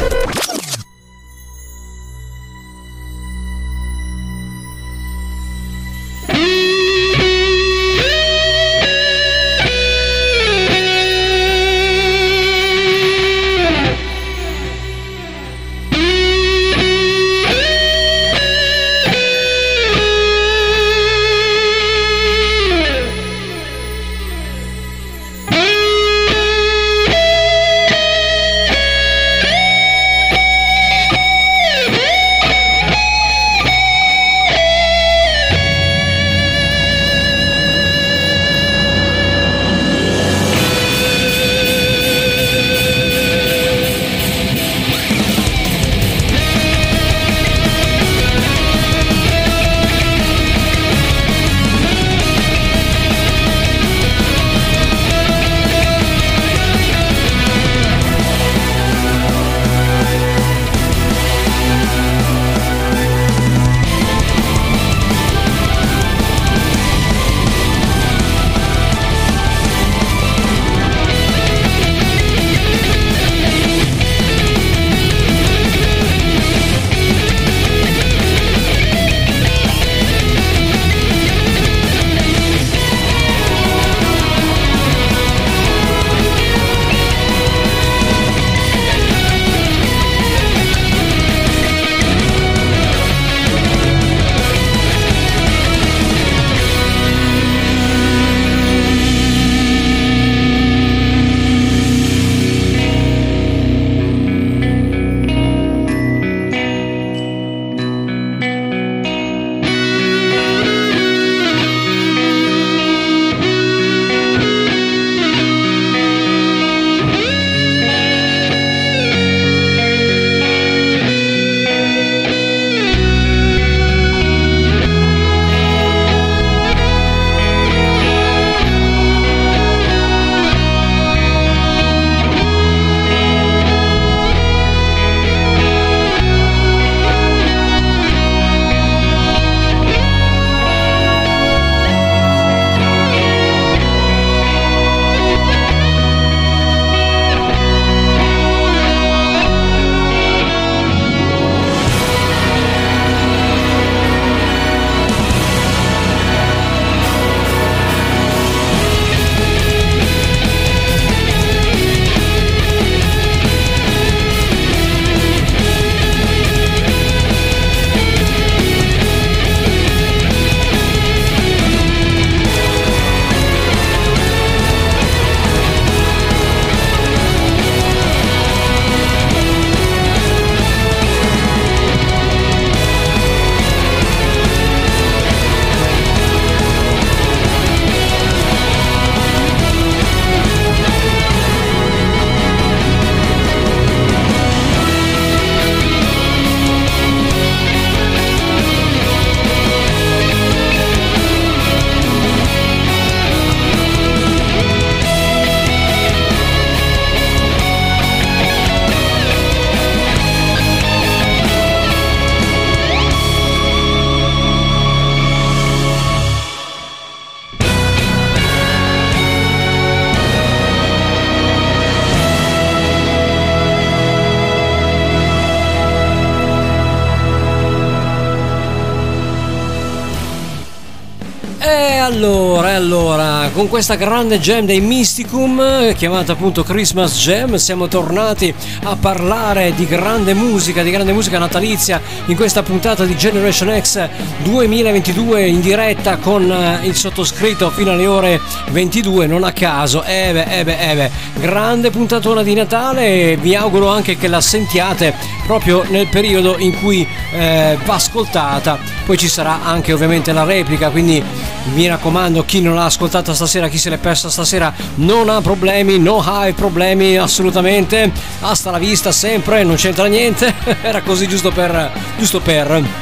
E allora, e allora, con questa grande jam dei Mysticum, chiamata appunto Christmas Jam, siamo tornati a parlare di grande musica, di grande musica natalizia in questa puntata di Generation X duemilaventidue in diretta con il sottoscritto fino alle ore ventidue, non a caso. Eh beh, eh beh, eh beh, grande puntatona di Natale, vi auguro anche che la sentiate proprio nel periodo in cui eh, va ascoltata. Poi ci sarà anche ovviamente la replica, quindi mi raccomando, chi non l'ha ascoltata stasera, chi se l'è persa stasera, non ha problemi, no hai problemi assolutamente, hasta la vista sempre, non c'entra niente. Era così giusto per giusto per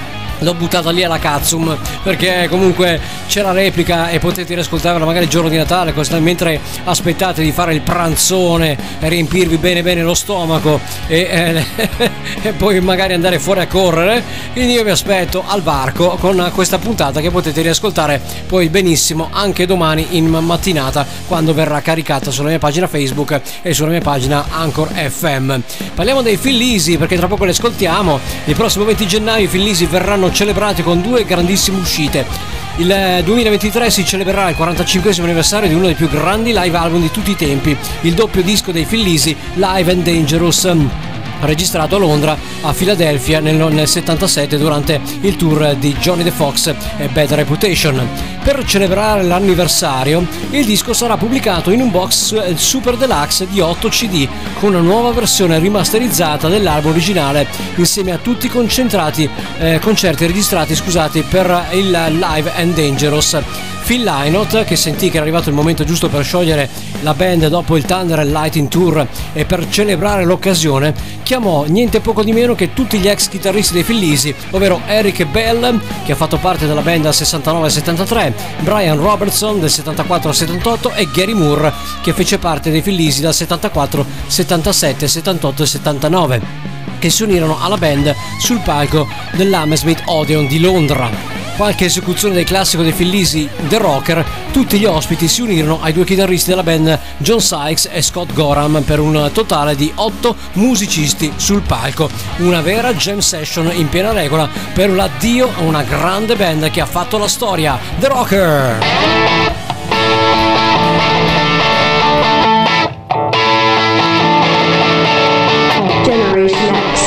l'ho buttata lì alla Katsum perché comunque c'è la replica e potete riascoltarla magari il giorno di Natale mentre aspettate di fare il pranzone e riempirvi bene bene lo stomaco e, eh, e poi magari andare fuori a correre. Quindi io vi aspetto al varco con questa puntata che potete riascoltare poi benissimo anche domani in mattinata quando verrà caricata sulla mia pagina Facebook e sulla mia pagina Anchor F M. Parliamo dei Thin Lizzy perché tra poco li ascoltiamo. Il prossimo venti gennaio i Thin Lizzy verranno celebrati con due grandissime uscite. Il duemilaventitré si celebrerà il quarantacinquesimo anniversario di uno dei più grandi live album di tutti i tempi, il doppio disco dei Thin Lizzy, Live and Dangerous, registrato a Londra, a Philadelphia nel, nel settantasette durante il tour di Johnny the Fox e Bad Reputation. Per celebrare l'anniversario il disco sarà pubblicato in un box super deluxe di otto C D con una nuova versione rimasterizzata dell'album originale insieme a tutti i concentrati eh, concerti registrati scusati per il Live and Dangerous. Phil Lynott, che sentì che era arrivato il momento giusto per sciogliere la band dopo il Thunder and Lightning Tour e per celebrare l'occasione, chiamò niente poco di meno che tutti gli ex chitarristi dei Thin Lizzy, ovvero Eric Bell, che ha fatto parte della band dal sessantanove al settantatré, Brian Robertson del settantaquattro al settantotto e Gary Moore, che fece parte dei Thin Lizzy dal settantaquattro, settantasette, settantotto e settantanove, che si unirono alla band sul palco dell'Hammersmith Odeon di Londra. Qualche esecuzione del classico dei Thin Lizzy, The Rocker, tutti gli ospiti si unirono ai due chitarristi della band John Sykes e Scott Gorham per un totale di otto musicisti sul palco. Una vera jam session in piena regola per l'addio a una grande band che ha fatto la storia, The Rocker! Generation X.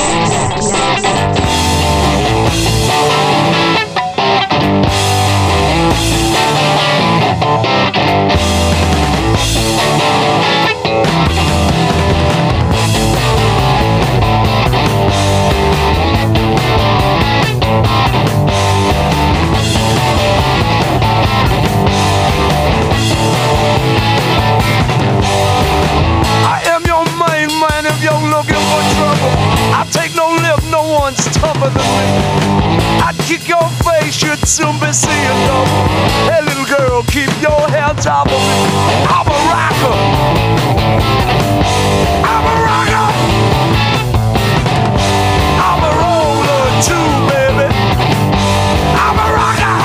Tougher than me. I'd kick your face, you'd soon be seeing double. Hey little girl, keep your hands off of me. I'm a rocker. I'm a rocker. I'm a roller too, baby. I'm a rocker.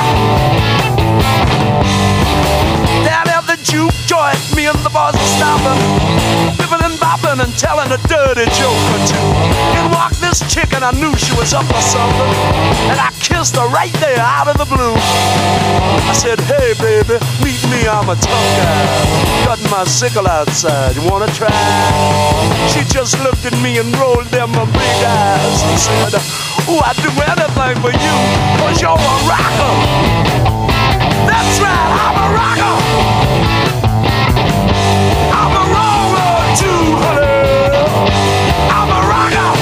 Down at the juke joint, me and the boss are stopping, bipping and bopping and telling a dirty joke or two. In walked this chick and I knew she was up for something, and I kissed her right there out of the blue. I said, hey baby, meet me, I'm a tough guy, cutting my sickle outside, you wanna try? She just looked at me and rolled them her big eyes and said, ooh, I'd do anything for you, cause you're a rocker. That's right, I'm a rocker. I'm a roller too, honey. I'm a rocker.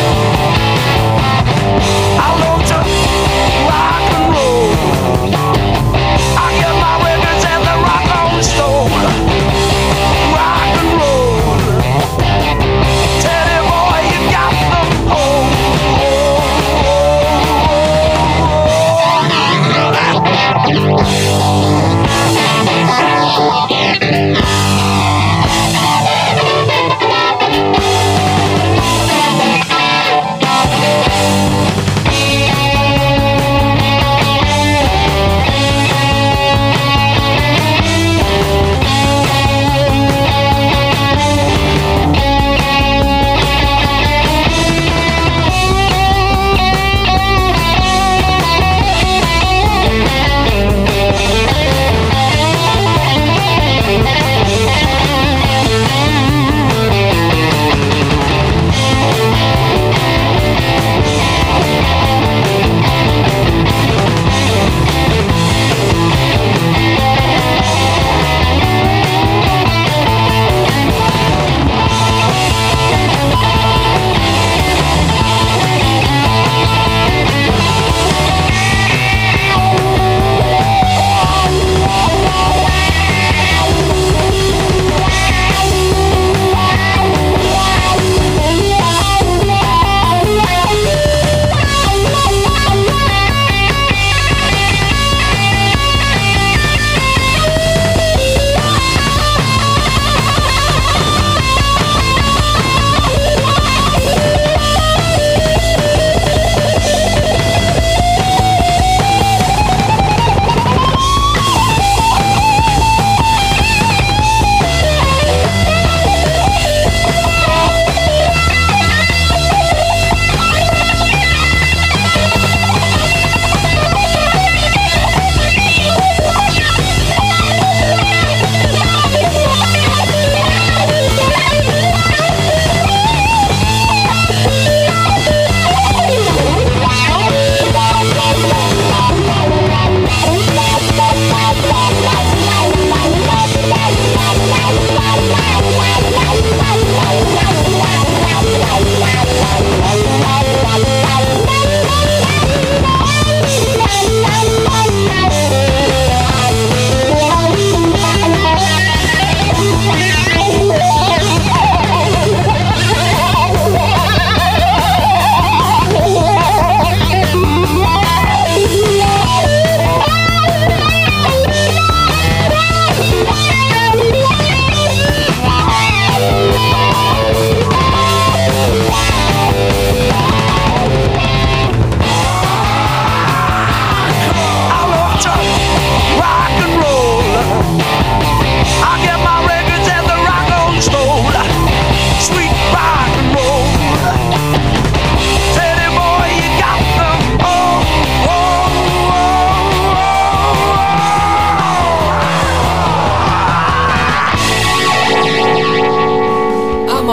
I love to rock and roll. I get my records at the rock on store. Rock and roll. Teddy boy, you got them all.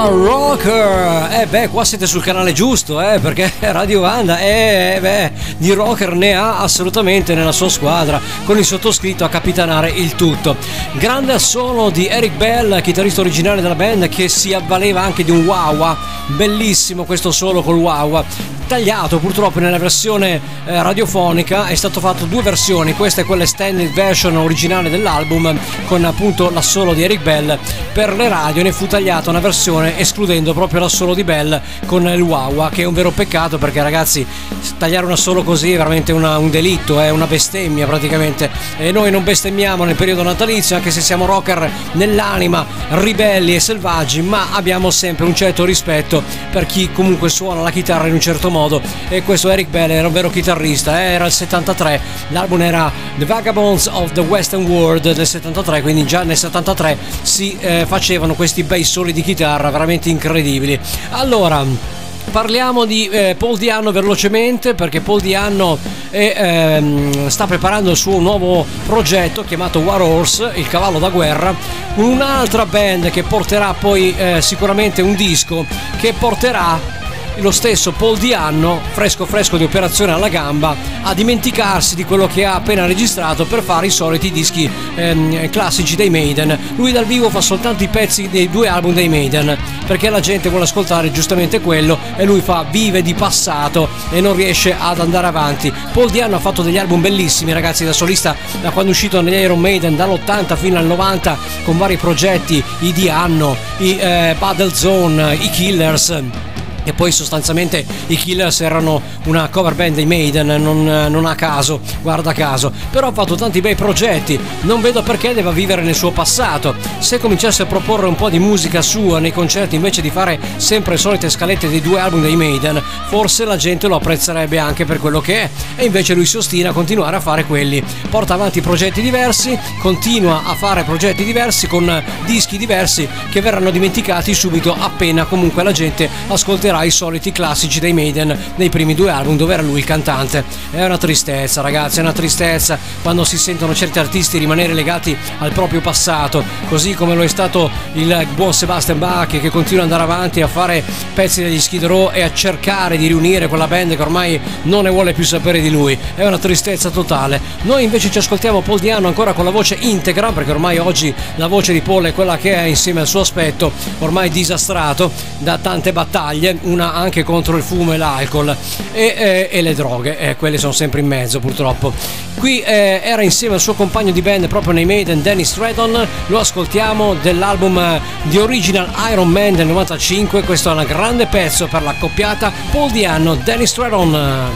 rocker. Eh beh, qua siete sul canale giusto, eh, perché Radio Vanda eh, beh, di rocker ne ha assolutamente nella sua squadra, con il sottoscritto a capitanare il tutto. Grande assolo di Eric Bell, chitarrista originale della band, che si avvaleva anche di un wah-wah. Bellissimo questo solo col wah-wah, tagliato purtroppo nella versione eh, radiofonica. È stato fatto due versioni, questa è quella extended version originale dell'album con appunto l'assolo di Eric Bell. Per le radio ne fu tagliata una versione escludendo proprio l'assolo di Bell con il wah-wah, che è un vero peccato, perché ragazzi, tagliare un assolo così è veramente una, un delitto, è una bestemmia praticamente, e noi non bestemmiamo nel periodo natalizio, anche se siamo rocker nell'anima, ribelli e selvaggi, ma abbiamo sempre un certo rispetto per chi comunque suona la chitarra in un certo modo, e questo Eric Bell era un vero chitarrista. Era il settantatré, l'album era The Vagabonds of the Western World del settantatré, quindi già nel settantatré si eh, facevano questi bei soli di chitarra veramente incredibili. Allora, parliamo di eh, Paul Di'Anno velocemente, perché Paul Di'Anno è, ehm, sta preparando il suo nuovo progetto chiamato War Horse, il cavallo da guerra, con un'altra band che porterà poi eh, sicuramente un disco che porterà lo stesso Paul Di'Anno, fresco fresco di operazione alla gamba, a dimenticarsi di quello che ha appena registrato per fare i soliti dischi ehm, classici dei Maiden. Lui dal vivo fa soltanto i pezzi dei due album dei Maiden, perché la gente vuole ascoltare giustamente quello, e lui fa vive di passato e non riesce ad andare avanti. Paul Di'Anno ha fatto degli album bellissimi, ragazzi, da solista, da quando è uscito negli Iron Maiden dall'ottanta fino al novanta, con vari progetti, i Di'Anno, i eh, Battle Zone, i Killers. E poi sostanzialmente i Killers erano una cover band dei Maiden, non, non a caso, guarda caso. Però ha fatto tanti bei progetti, non vedo perché debba vivere nel suo passato. Se cominciasse a proporre un po' di musica sua nei concerti, invece di fare sempre le solite scalette dei due album dei Maiden, forse la gente lo apprezzerebbe anche per quello che è. E invece lui si ostina a continuare a fare quelli. Porta avanti progetti diversi, continua a fare progetti diversi con dischi diversi che verranno dimenticati subito appena comunque la gente ascolterà i soliti classici dei Maiden nei primi due album dove era lui il cantante. È una tristezza, ragazzi, è una tristezza quando si sentono certi artisti rimanere legati al proprio passato, così come lo è stato il buon Sebastian Bach, che continua ad andare avanti a fare pezzi degli Skid Row e a cercare di riunire quella band che ormai non ne vuole più sapere di lui. È una tristezza totale. Noi invece ci ascoltiamo Paul Di'Anno ancora con la voce integra, perché ormai oggi la voce di Paul è quella che è, insieme al suo aspetto ormai disastrato da tante battaglie, una anche contro il fumo e l'alcol e, e, e le droghe, eh, quelle sono sempre in mezzo purtroppo. Qui eh, era insieme al suo compagno di band proprio nei Maiden, Dennis Stratton. Lo ascoltiamo dell'album eh, The Original Iron Man del novantacinque. Questo è un grande pezzo per l'accoppiata Paul Di'Anno, Dennis Stratton.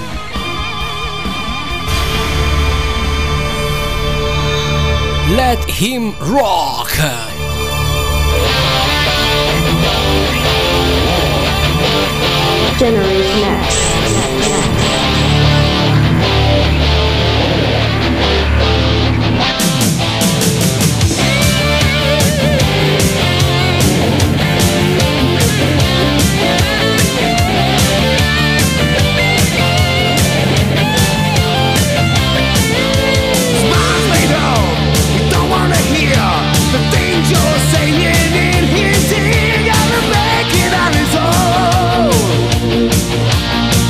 Let him rock. Generation X. Saying in his ear, gotta make it on his own.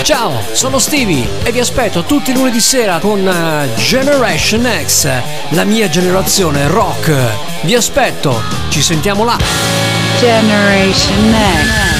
Ciao, sono Stevie e vi aspetto tutti i lunedì sera con uh, Generation X, la mia generazione rock. Vi aspetto, ci sentiamo là. Generation Next.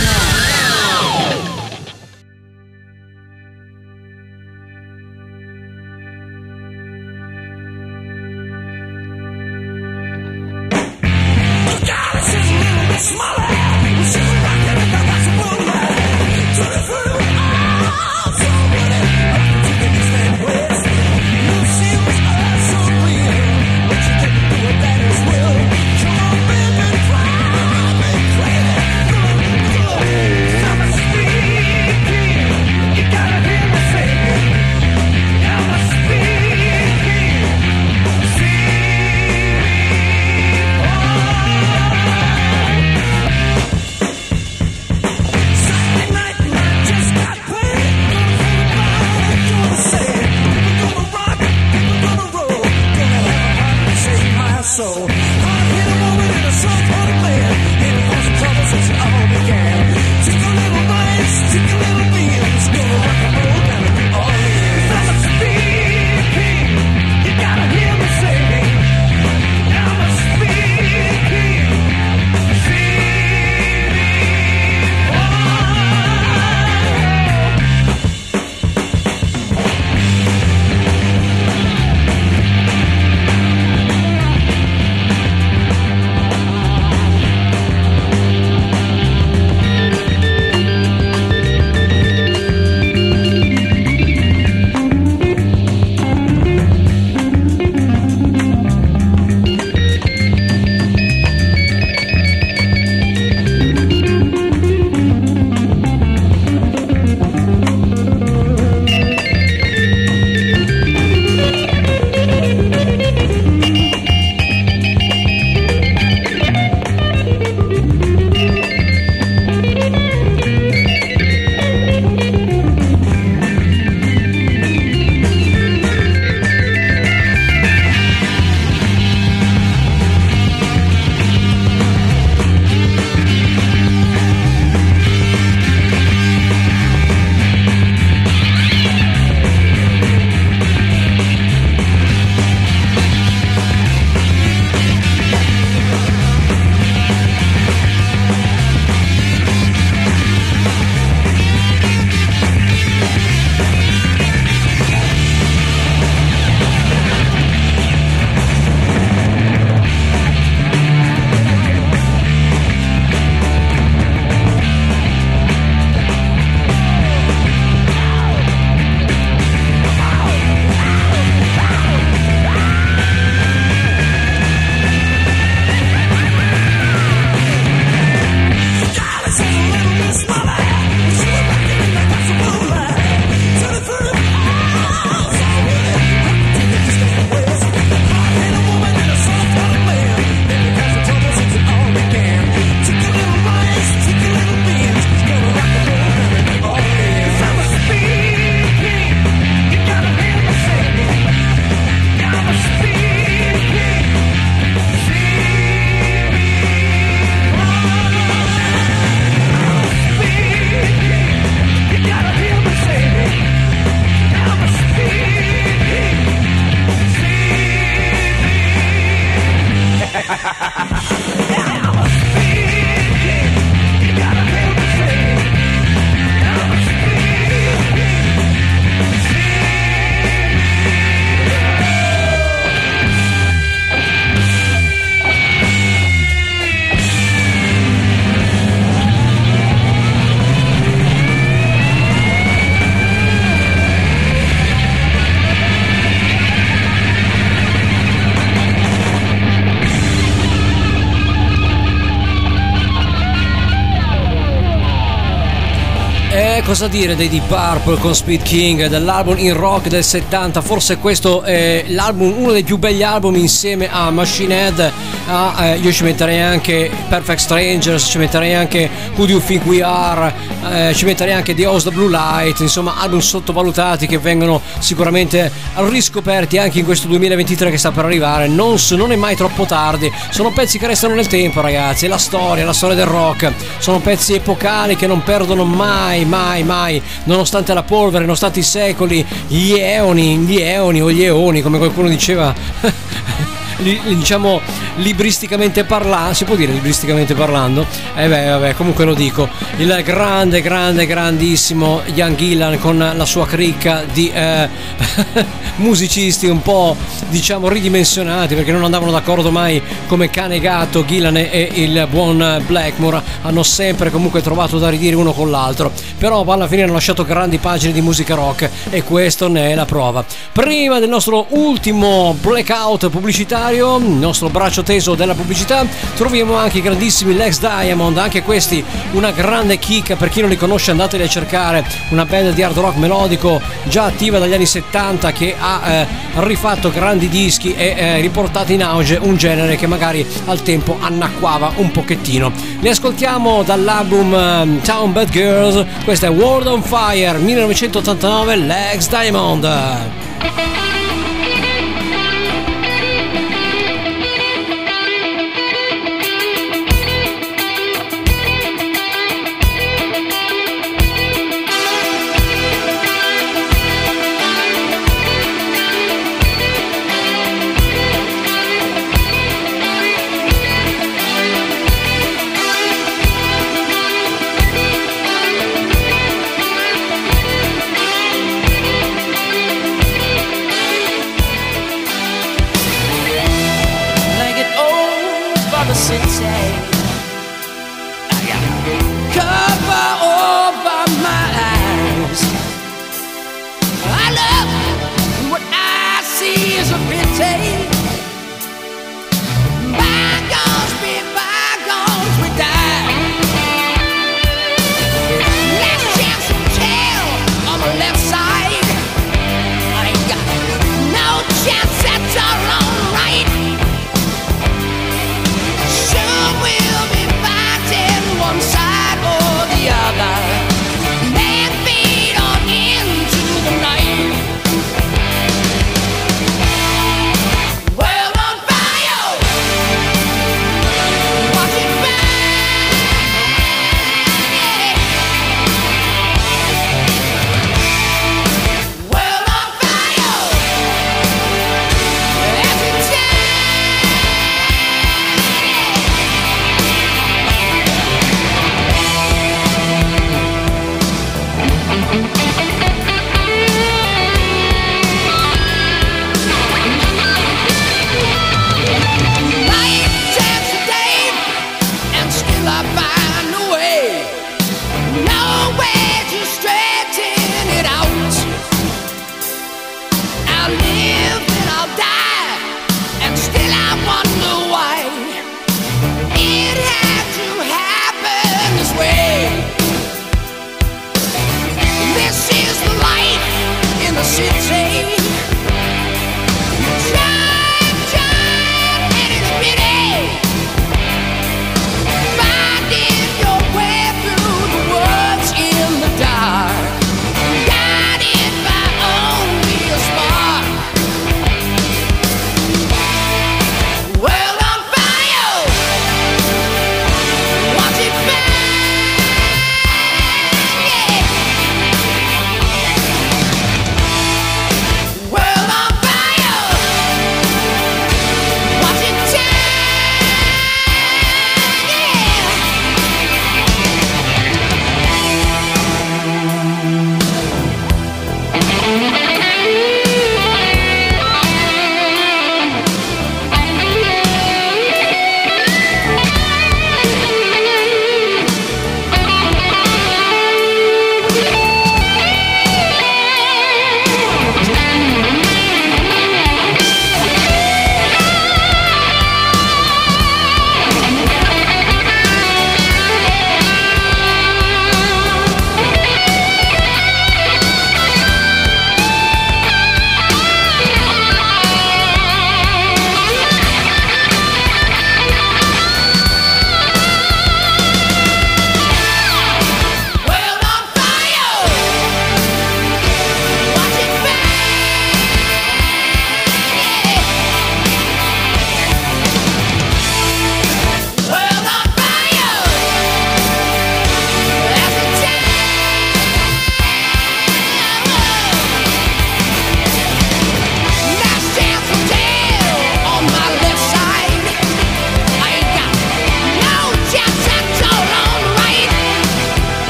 Cosa dire dei Deep Purple con Speed King, dell'album In Rock del settanta? Forse questo è l'album, uno dei più belli album insieme a Machine Head, ah, eh, io ci metterei anche Perfect Strangers, ci metterei anche Who Do You Think We Are, eh, ci metterei anche The House of Blue Light, insomma album sottovalutati che vengono sicuramente riscoperti anche in questo duemilaventitré che sta per arrivare. Non, non è mai troppo tardi, sono pezzi che restano nel tempo, ragazzi, è la storia, la storia del rock, sono pezzi epocali che non perdono mai, mai, mai, nonostante la polvere, nonostante i secoli, gli eoni, gli eoni o gli eoni, come qualcuno diceva. Diciamo libristicamente parlando, si può dire libristicamente parlando? Eh beh, vabbè, comunque lo dico. Il grande, grande, grandissimo Ian Gillan con la sua cricca di eh, musicisti un po', diciamo, ridimensionati, perché non andavano d'accordo mai come cane e gatto. Gillan e il buon Blackmore hanno sempre comunque trovato da ridire uno con l'altro, però alla fine hanno lasciato grandi pagine di musica rock e questo ne è la prova. Prima del nostro ultimo blackout pubblicitario, il nostro braccio teso della pubblicità, troviamo anche i grandissimi Lex Diamond, anche questi una grande chicca, per chi non li conosce andateli a cercare, una band di hard rock melodico già attiva dagli anni settanta che ha eh, rifatto grandi dischi e eh, riportato in auge un genere che magari al tempo annacquava un pochettino. Li ascoltiamo dall'album um, Town Bad Girls, questa è World on Fire millenovecentottantanove, Lex Diamond. Chance that's all right. Sure will.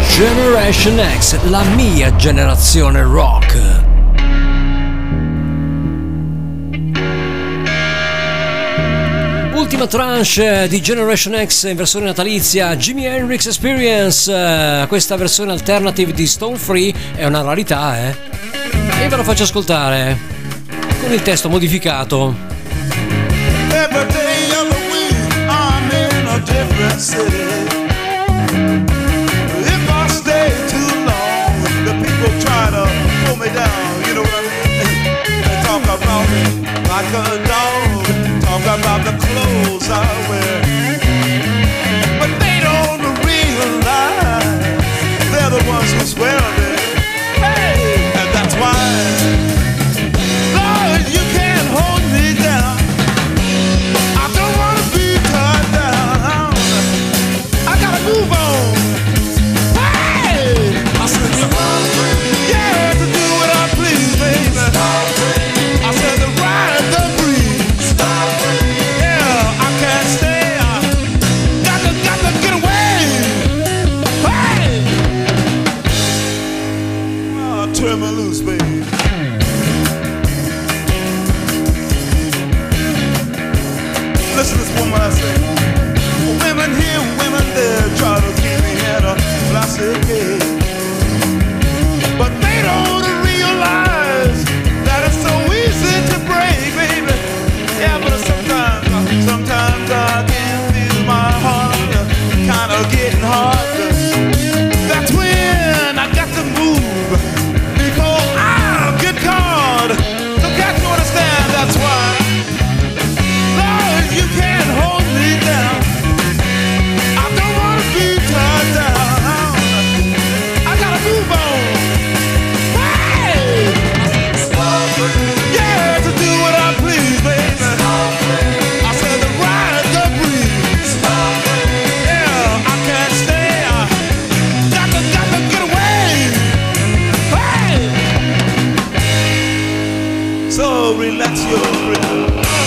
Generation X, la mia generazione rock. Ultima tranche di Generation X in versione natalizia, Jimi Hendrix Experience. Questa versione alternative di Stone Free è una rarità, eh? E ve lo faccio ascoltare con il testo modificato. Every day of the week I'm in a different city. If I stay too long, the people try to pull me down, you know what I mean? They talk about me like a dog, talk about the clothes I wear, but they don't realize they're the ones who swear me. Hey, and that's why, Lord, you can't hold me down. I don't wanna be tied down. I gotta move on. Hey, I said, yeah, to do what I please, baby. I said to ride the breeze. Yeah, I can't stay. I got to, got to get away. Hey, oh, turn me loose, baby. Listen to this woman I say. Women here, women there, try to keep me at a classic age. But they don't realize that it's so easy to break, baby. Yeah, but sometimes, sometimes I can feel my heart kind of getting harder. That's when I got to move, because I'll get caught. So can't you understand? That's why, Lord, you can't hold me down. I don't wanna be tied down. I gotta move on. Hey! Yeah, to do what I please, baby. I said to ride the breeze. Yeah, I can't stay. I got to, got to get away. Hey! So relax your grip.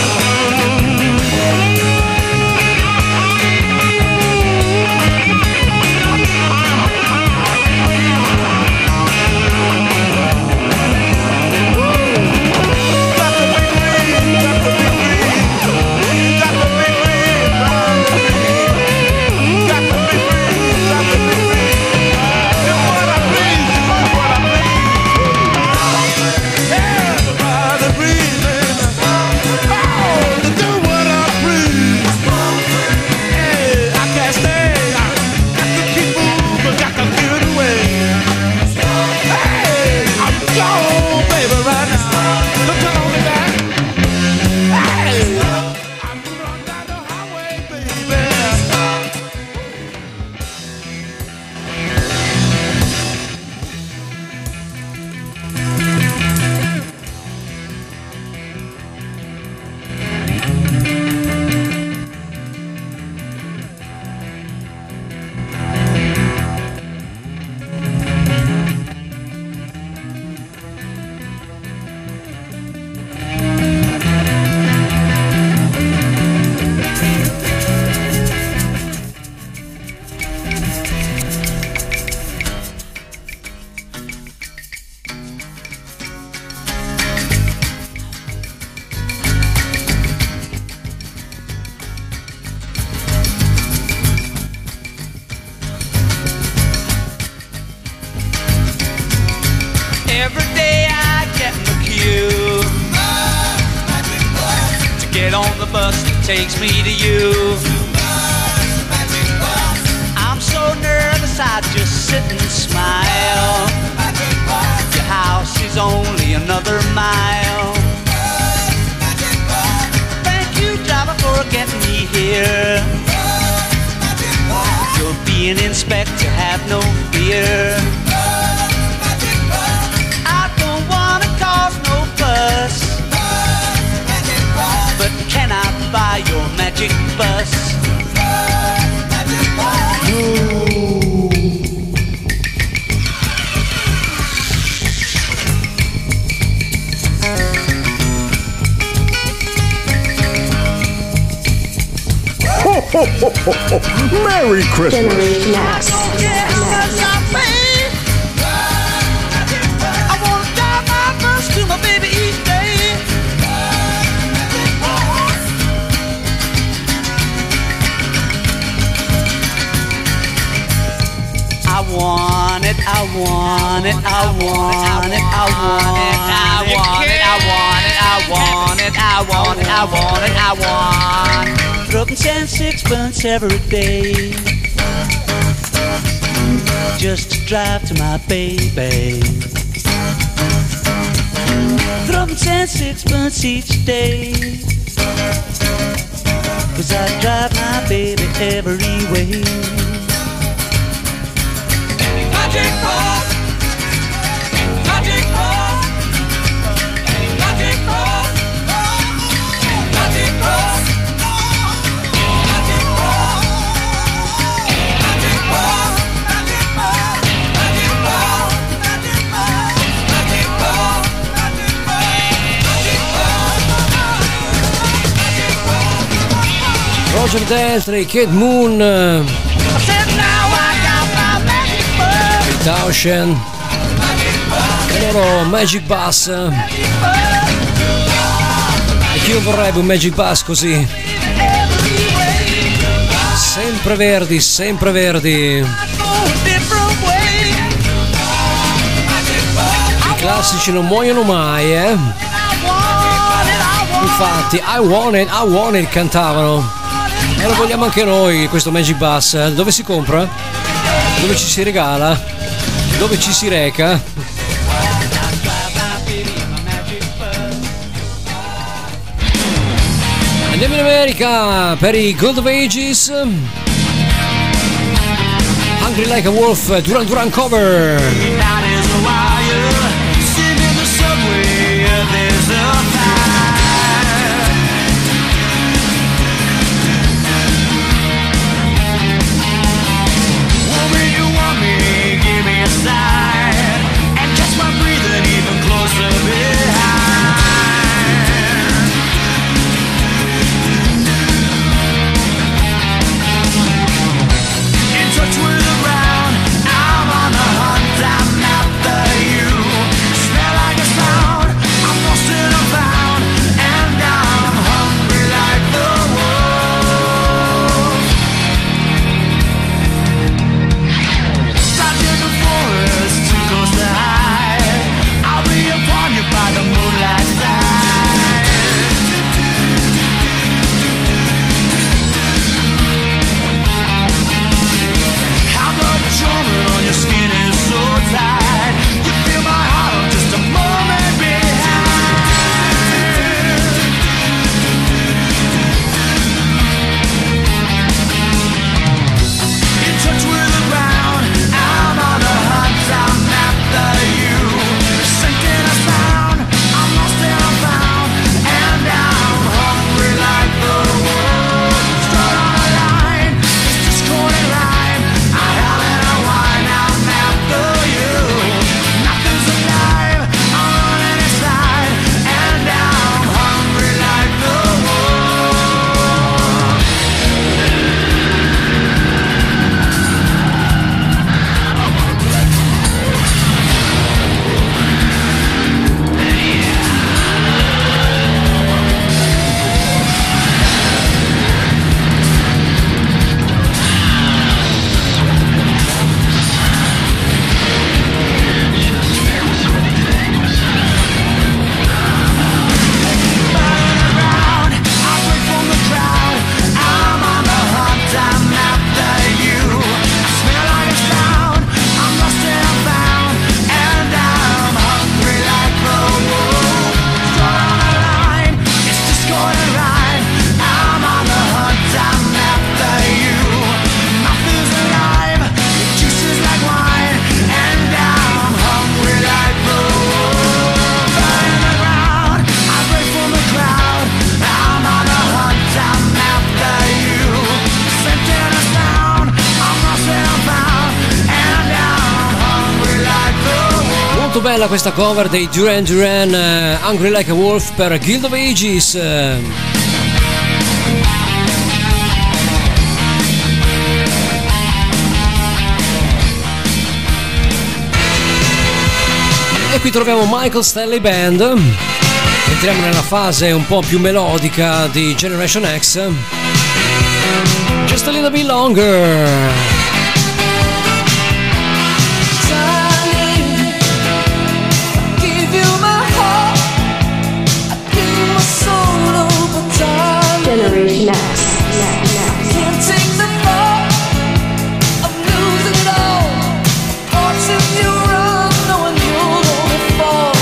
Every day I get in the queue to get on the bus that takes me to you. I'm so nervous I just sit and smile. Your house is only another mile. Thank you, driver, for getting me here. You're being inspector, have no fear. But can I buy your magic bus? Ho, Merry Christmas. Generation X. I want it, I want it, I want it, I want it, I want it, I want it, I want it, I want it, I want it, I want. Dropping ten sixpence every day, just to drive to my baby. Dropping ten sixpence each day, 'cause I drive my baby every way. Magic Bus, Magic Bus, Magic Bus, Magic Bus, Magic Bus, Magic Bus, Magic Bus, Magic Bus, Magic Bus, Magic Bus, Magic Bus, Roger Daltrey, Kid Moon, Ocean, e loro Magic Bus. E chi non vorrebbe un Magic Bus così? Sempre verdi, sempre verdi. I classici non muoiono mai, eh? Infatti, I want it, I want it cantavano. E lo vogliamo anche noi, questo Magic Bus. Dove si compra? Dove ci si regala? Dove ci si reca? Andiamo in America per i Good of Ages. Hungry Like a Wolf, Duran Duran cover. Bella questa cover dei Duran Duran, uh, Hungry Like a Wolf per Guild of Ages. qui troviamo Michael Stanley Band. Entriamo nella fase un po' più melodica di Generation X. Just a little bit longer. Generation X. Can't take the thought of losing it all. Watching you run, knowing you'll only fall.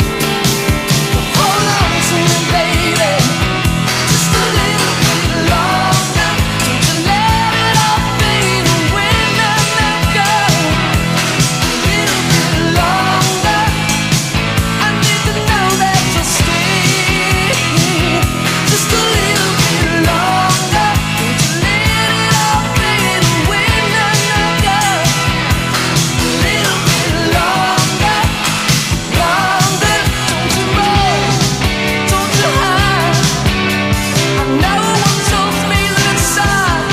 Hold on to me, baby, just a little bit longer. Don't you let it all fade away, now, now, girl. A little bit longer. I need to know that you'll stay. Just a little bit longer. Don't you let it all fade away, now, now, girl. A little bit longer, longer. Don't you run, don't you hide. I know what you're feeling inside,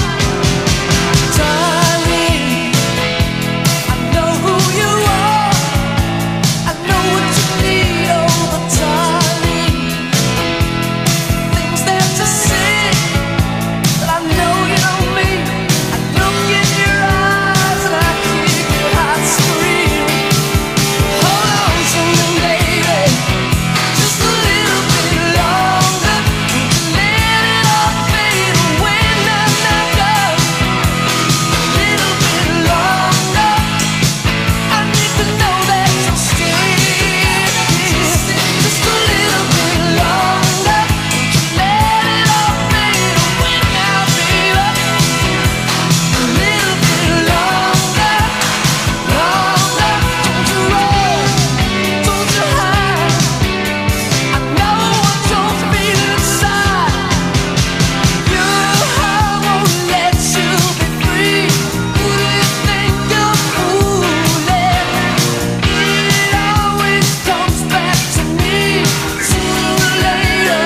darling. I know who you are. I know what you need all the time. Things that you say, but I know you know me. I look in your eyes and I hear your heart scream. Hold on to me, baby, just a little bit longer. Don't you let it all fade away, now, now, girl. A little bit longer. I need to know that you'll stay. Just a little bit longer. Don't you let it all fade away now, baby. A little bit longer, longer. Don't you run, don't you hide. I know what you're feeling inside. Your heart won't let you be free. Who do you think you're fooling? It always comes back to me. Sooner or later,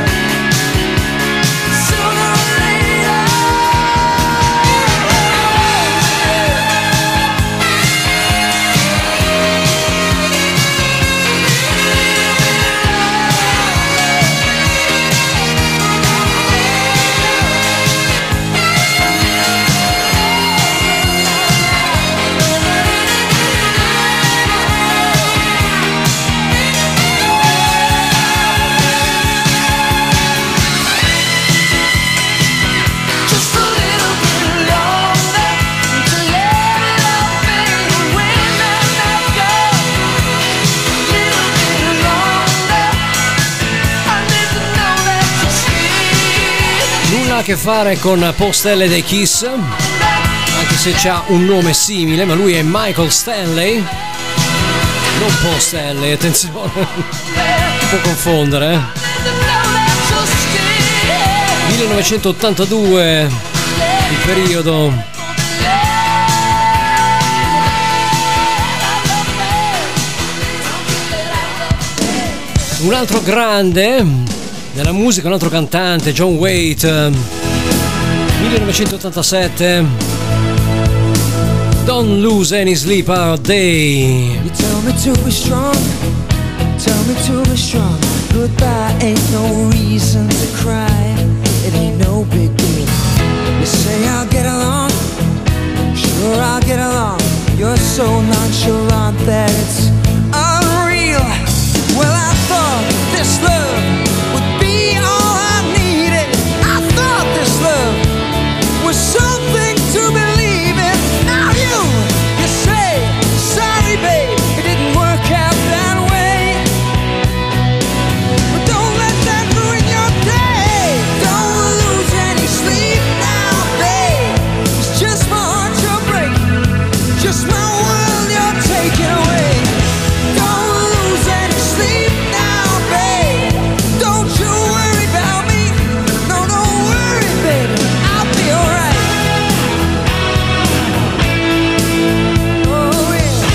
sooner or later. Just a little bit longer. Don't you let it all fade away, now, now, girl. A little bit longer. I need to know that you'll stay. Nulla a che fare con Postelle dei Kiss, anche se c'ha un nome simile, ma lui è Michael Stanley, non Postelle, attenzione, si può confondere. eh. millenovecentottantadue, il periodo. Un altro grande della musica, un altro cantante, John Waite, millenovecentottantasette, Don't Lose Any Sleep Our Day. You tell me to be strong, tell me to be strong. Goodbye ain't no reason to cry. It ain't no big deal. You say I'll get along, sure I'll get along. You're so nonchalant that it's unreal. Well, I thought this love would be all I needed. I thought this love was something to believe in. Now you, you say, sorry babe, it didn't work out that way. But don't let that ruin your day. Don't lose any sleep now, babe. It's just my heart you're breaking, just my world you're taking away. Don't lose any sleep now, babe. Don't you worry about me. No, don't worry, baby. I'll be alright. Oh, yeah.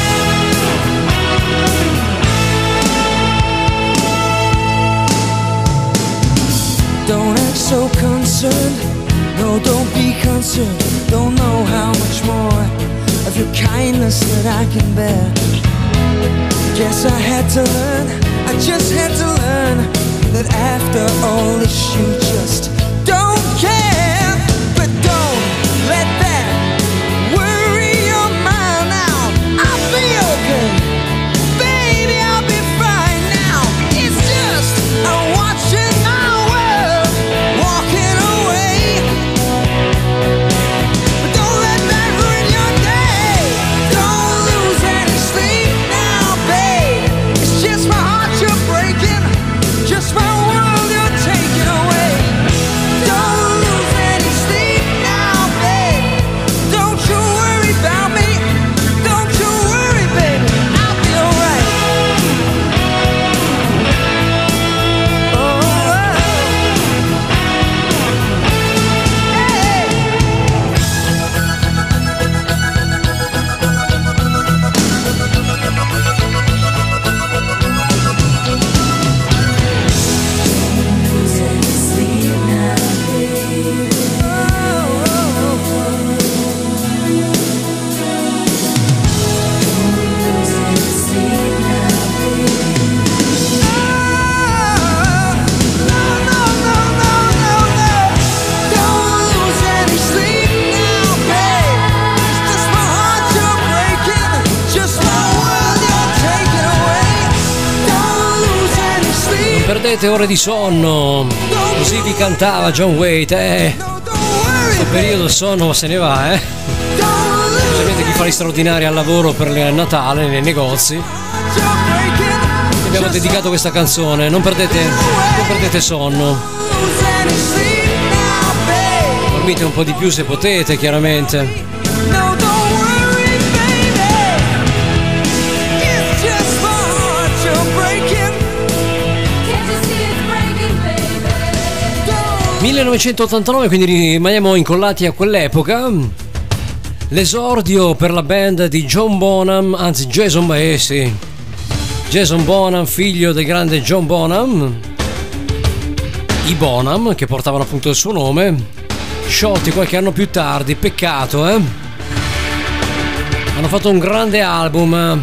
Don't act so concerned. No, don't be concerned. Don't know how much more of your kindness that I can bear. Guess I had to learn, I just had to learn that after all this you just don't care. But don't let that worry your mind now. I'll be okay, baby, I'll be fine now. It's just I'm watching my world walking away. But don't let that ruin your day. Don't lose any sleep now, babe. It's just my heart you're breaking, just my world you're taking away. Don't lose any sleep now, babe. Don't you worry about me. Don't you worry, baby. I'll be alright. Oh, Perdete ore di sonno, così vi cantava John Waite. Eh, questo periodo il sonno se ne va, eh. Specialmente chi fa gli straordinari al lavoro per il Natale nei negozi. Vi abbiamo dedicato questa canzone. Non perdete, non perdete sonno. Dormite un po' di più se potete, chiaramente. millenovecentottantanove, quindi rimaniamo incollati a quell'epoca. L'esordio per la band di John Bonham, anzi Jason, eh sì, Jason Bonham, figlio del grande John Bonham, i Bonham, che portavano appunto il suo nome, sciolti qualche anno più tardi, peccato, eh? Hanno fatto un grande album.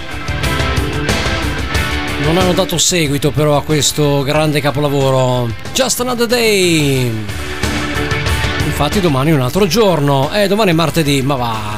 Non hanno dato seguito però a questo grande capolavoro. Just Another Day. Infatti domani è un altro giorno. Eh, domani è martedì, ma va.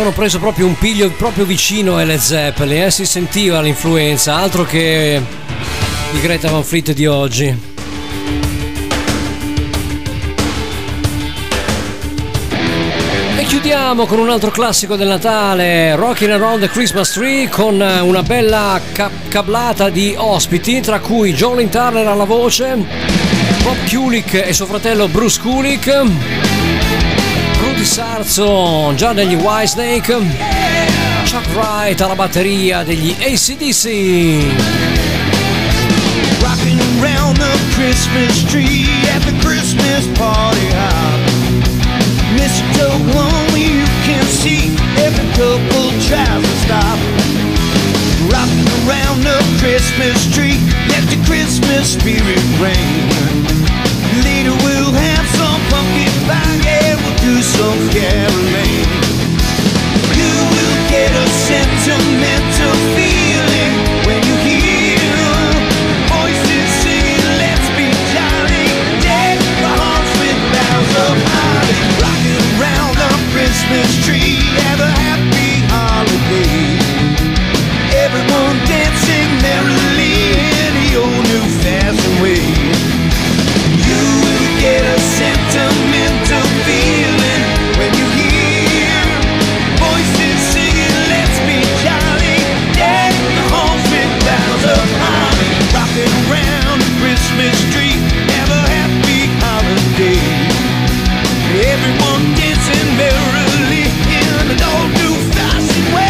avevano preso proprio un piglio proprio vicino ai Led Zeppelin, eh? Si sentiva l'influenza, altro che i Greta Van Fleet di oggi. E chiudiamo con un altro classico del Natale, Rockin' Around the Christmas Tree, con una bella ca- cablata di ospiti, tra cui Jolene Turner alla voce, Bob Kulick e suo fratello Bruce Kulick, Rudy Sarzo già degli Whitesnake, Chuck Wright alla batteria degli A C D C. Rocking around the Christmas tree at the Christmas party hop. Mister Lonely, you can see every couple tries to stop. Rocking around the Christmas tree, let the Christmas spirit ring. Later we'll have some pumpkin pie, yeah, we'll do some caroling. You will get a sentimental feeling when you hear voices singing, let's be jolly. Deck the halls with boughs of holly. Rocking around the Christmas tree, have a happy holiday. Everyone dancing merrily in the old new-fashioned way. You will get a sentimental feeling when you hear voices singing, let's be jolly. Deck the halls with boughs of holly. Rocking around the Christmas tree, have a happy holiday. Everyone dancing merrily in an old new-fashioned way.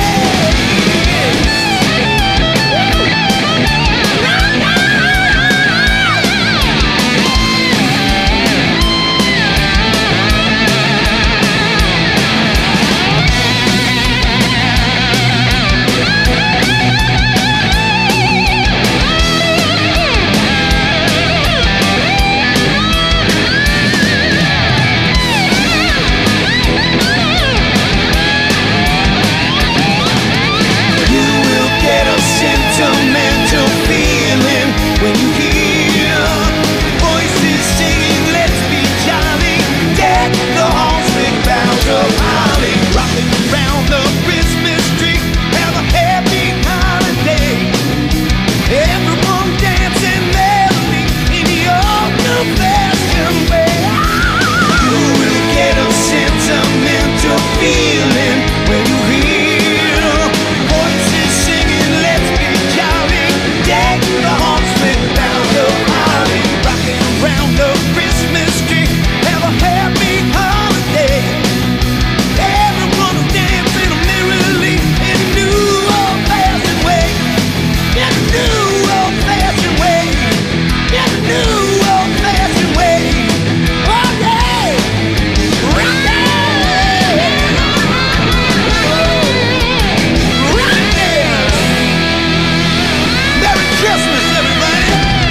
Sentimental feeling when you hear voices singing, let's be jolly. Deck the halls with boughs of holly. Rocking around the Christmas tree, have a happy holiday. Everyone dancing merrily in the old new-fashioned way. You will get a sentimental feeling when you hear voices singing, let's be jolly. Deck the halls with boughs of holly. Rocking around the Christmas tree, have a happy holiday. Everyone's dancing merrily in a new old-fashioned way. In a new old-fashioned way. In a new old-fashioned way. Oh yeah! Right there! Right there! Merry Christmas, everybody!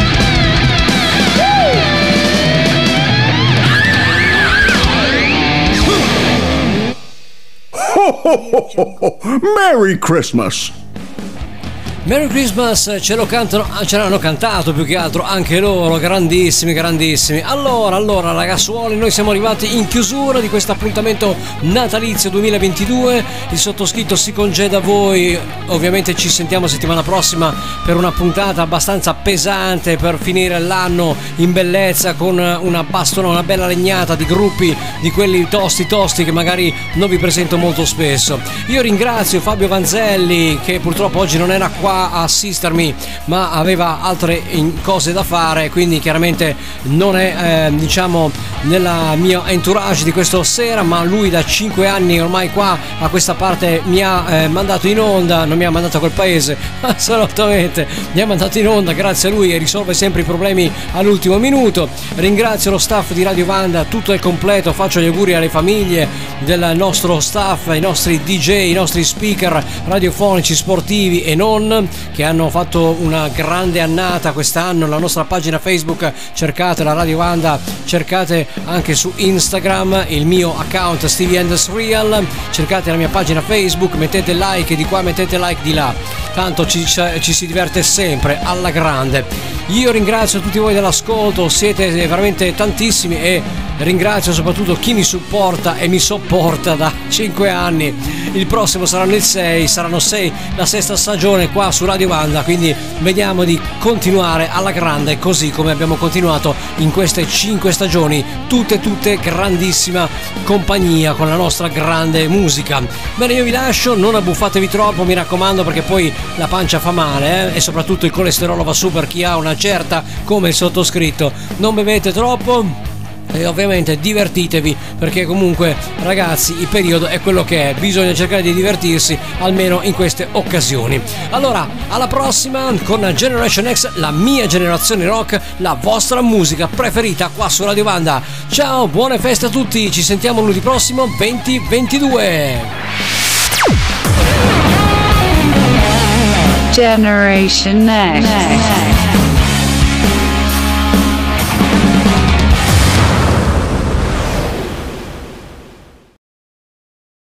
Ho, ho, ho, ho, ho. Merry Christmas! Merry Christmas ce lo cantano, ce l'hanno cantato più che altro anche loro, grandissimi, grandissimi. Allora, allora ragazzuoli, noi siamo arrivati in chiusura di questo appuntamento natalizio duemilaventidue. Il sottoscritto si congeda a voi, ovviamente ci sentiamo settimana prossima per una puntata abbastanza pesante per finire l'anno in bellezza con una bastona, una bella legnata di gruppi di quelli tosti tosti che magari non vi presento molto spesso. Io ringrazio Fabio Vanzelli che purtroppo oggi non era qua a assistermi ma aveva altre cose da fare, quindi chiaramente non è eh, diciamo nella mia entourage di questa sera, ma lui da cinque anni ormai qua a questa parte mi ha eh, mandato in onda, non mi ha mandato a quel paese assolutamente, mi ha mandato in onda, grazie a lui, e risolve sempre i problemi all'ultimo minuto. Ringrazio lo staff di Radio Vanda, tutto il completo, faccio gli auguri alle famiglie del nostro staff, ai nostri D J, i nostri speaker radiofonici, sportivi e non. che hanno fatto una grande annata quest'anno. La nostra pagina Facebook, cercate la Radio Vanda, cercate anche su Instagram il mio account Stevie Enders Real, cercate la mia pagina Facebook, mettete like di qua, mettete like di là, tanto ci, ci si diverte sempre alla grande. Io ringrazio tutti voi dell'ascolto, siete veramente tantissimi, e ringrazio soprattutto chi mi supporta e mi sopporta da cinque anni. Il prossimo saranno il sei, saranno sei la sesta stagione qua su Radio Vanda, quindi vediamo di continuare alla grande così come abbiamo continuato in queste cinque stagioni, tutte tutte grandissima compagnia con la nostra grande musica. Bene, io vi lascio, non abbuffatevi troppo, mi raccomando, perché poi la pancia fa male, eh? E soprattutto il colesterolo va su per chi ha una certa come il sottoscritto. Non bevete troppo e ovviamente divertitevi, perché comunque ragazzi il periodo è quello che è, bisogna cercare di divertirsi almeno in queste occasioni. Allora, alla prossima con Generation X, la mia generazione rock, la vostra musica preferita qua su Radio Vanda. Ciao, buone feste a tutti, ci sentiamo lunedì prossimo venti ventidue. Generation Next.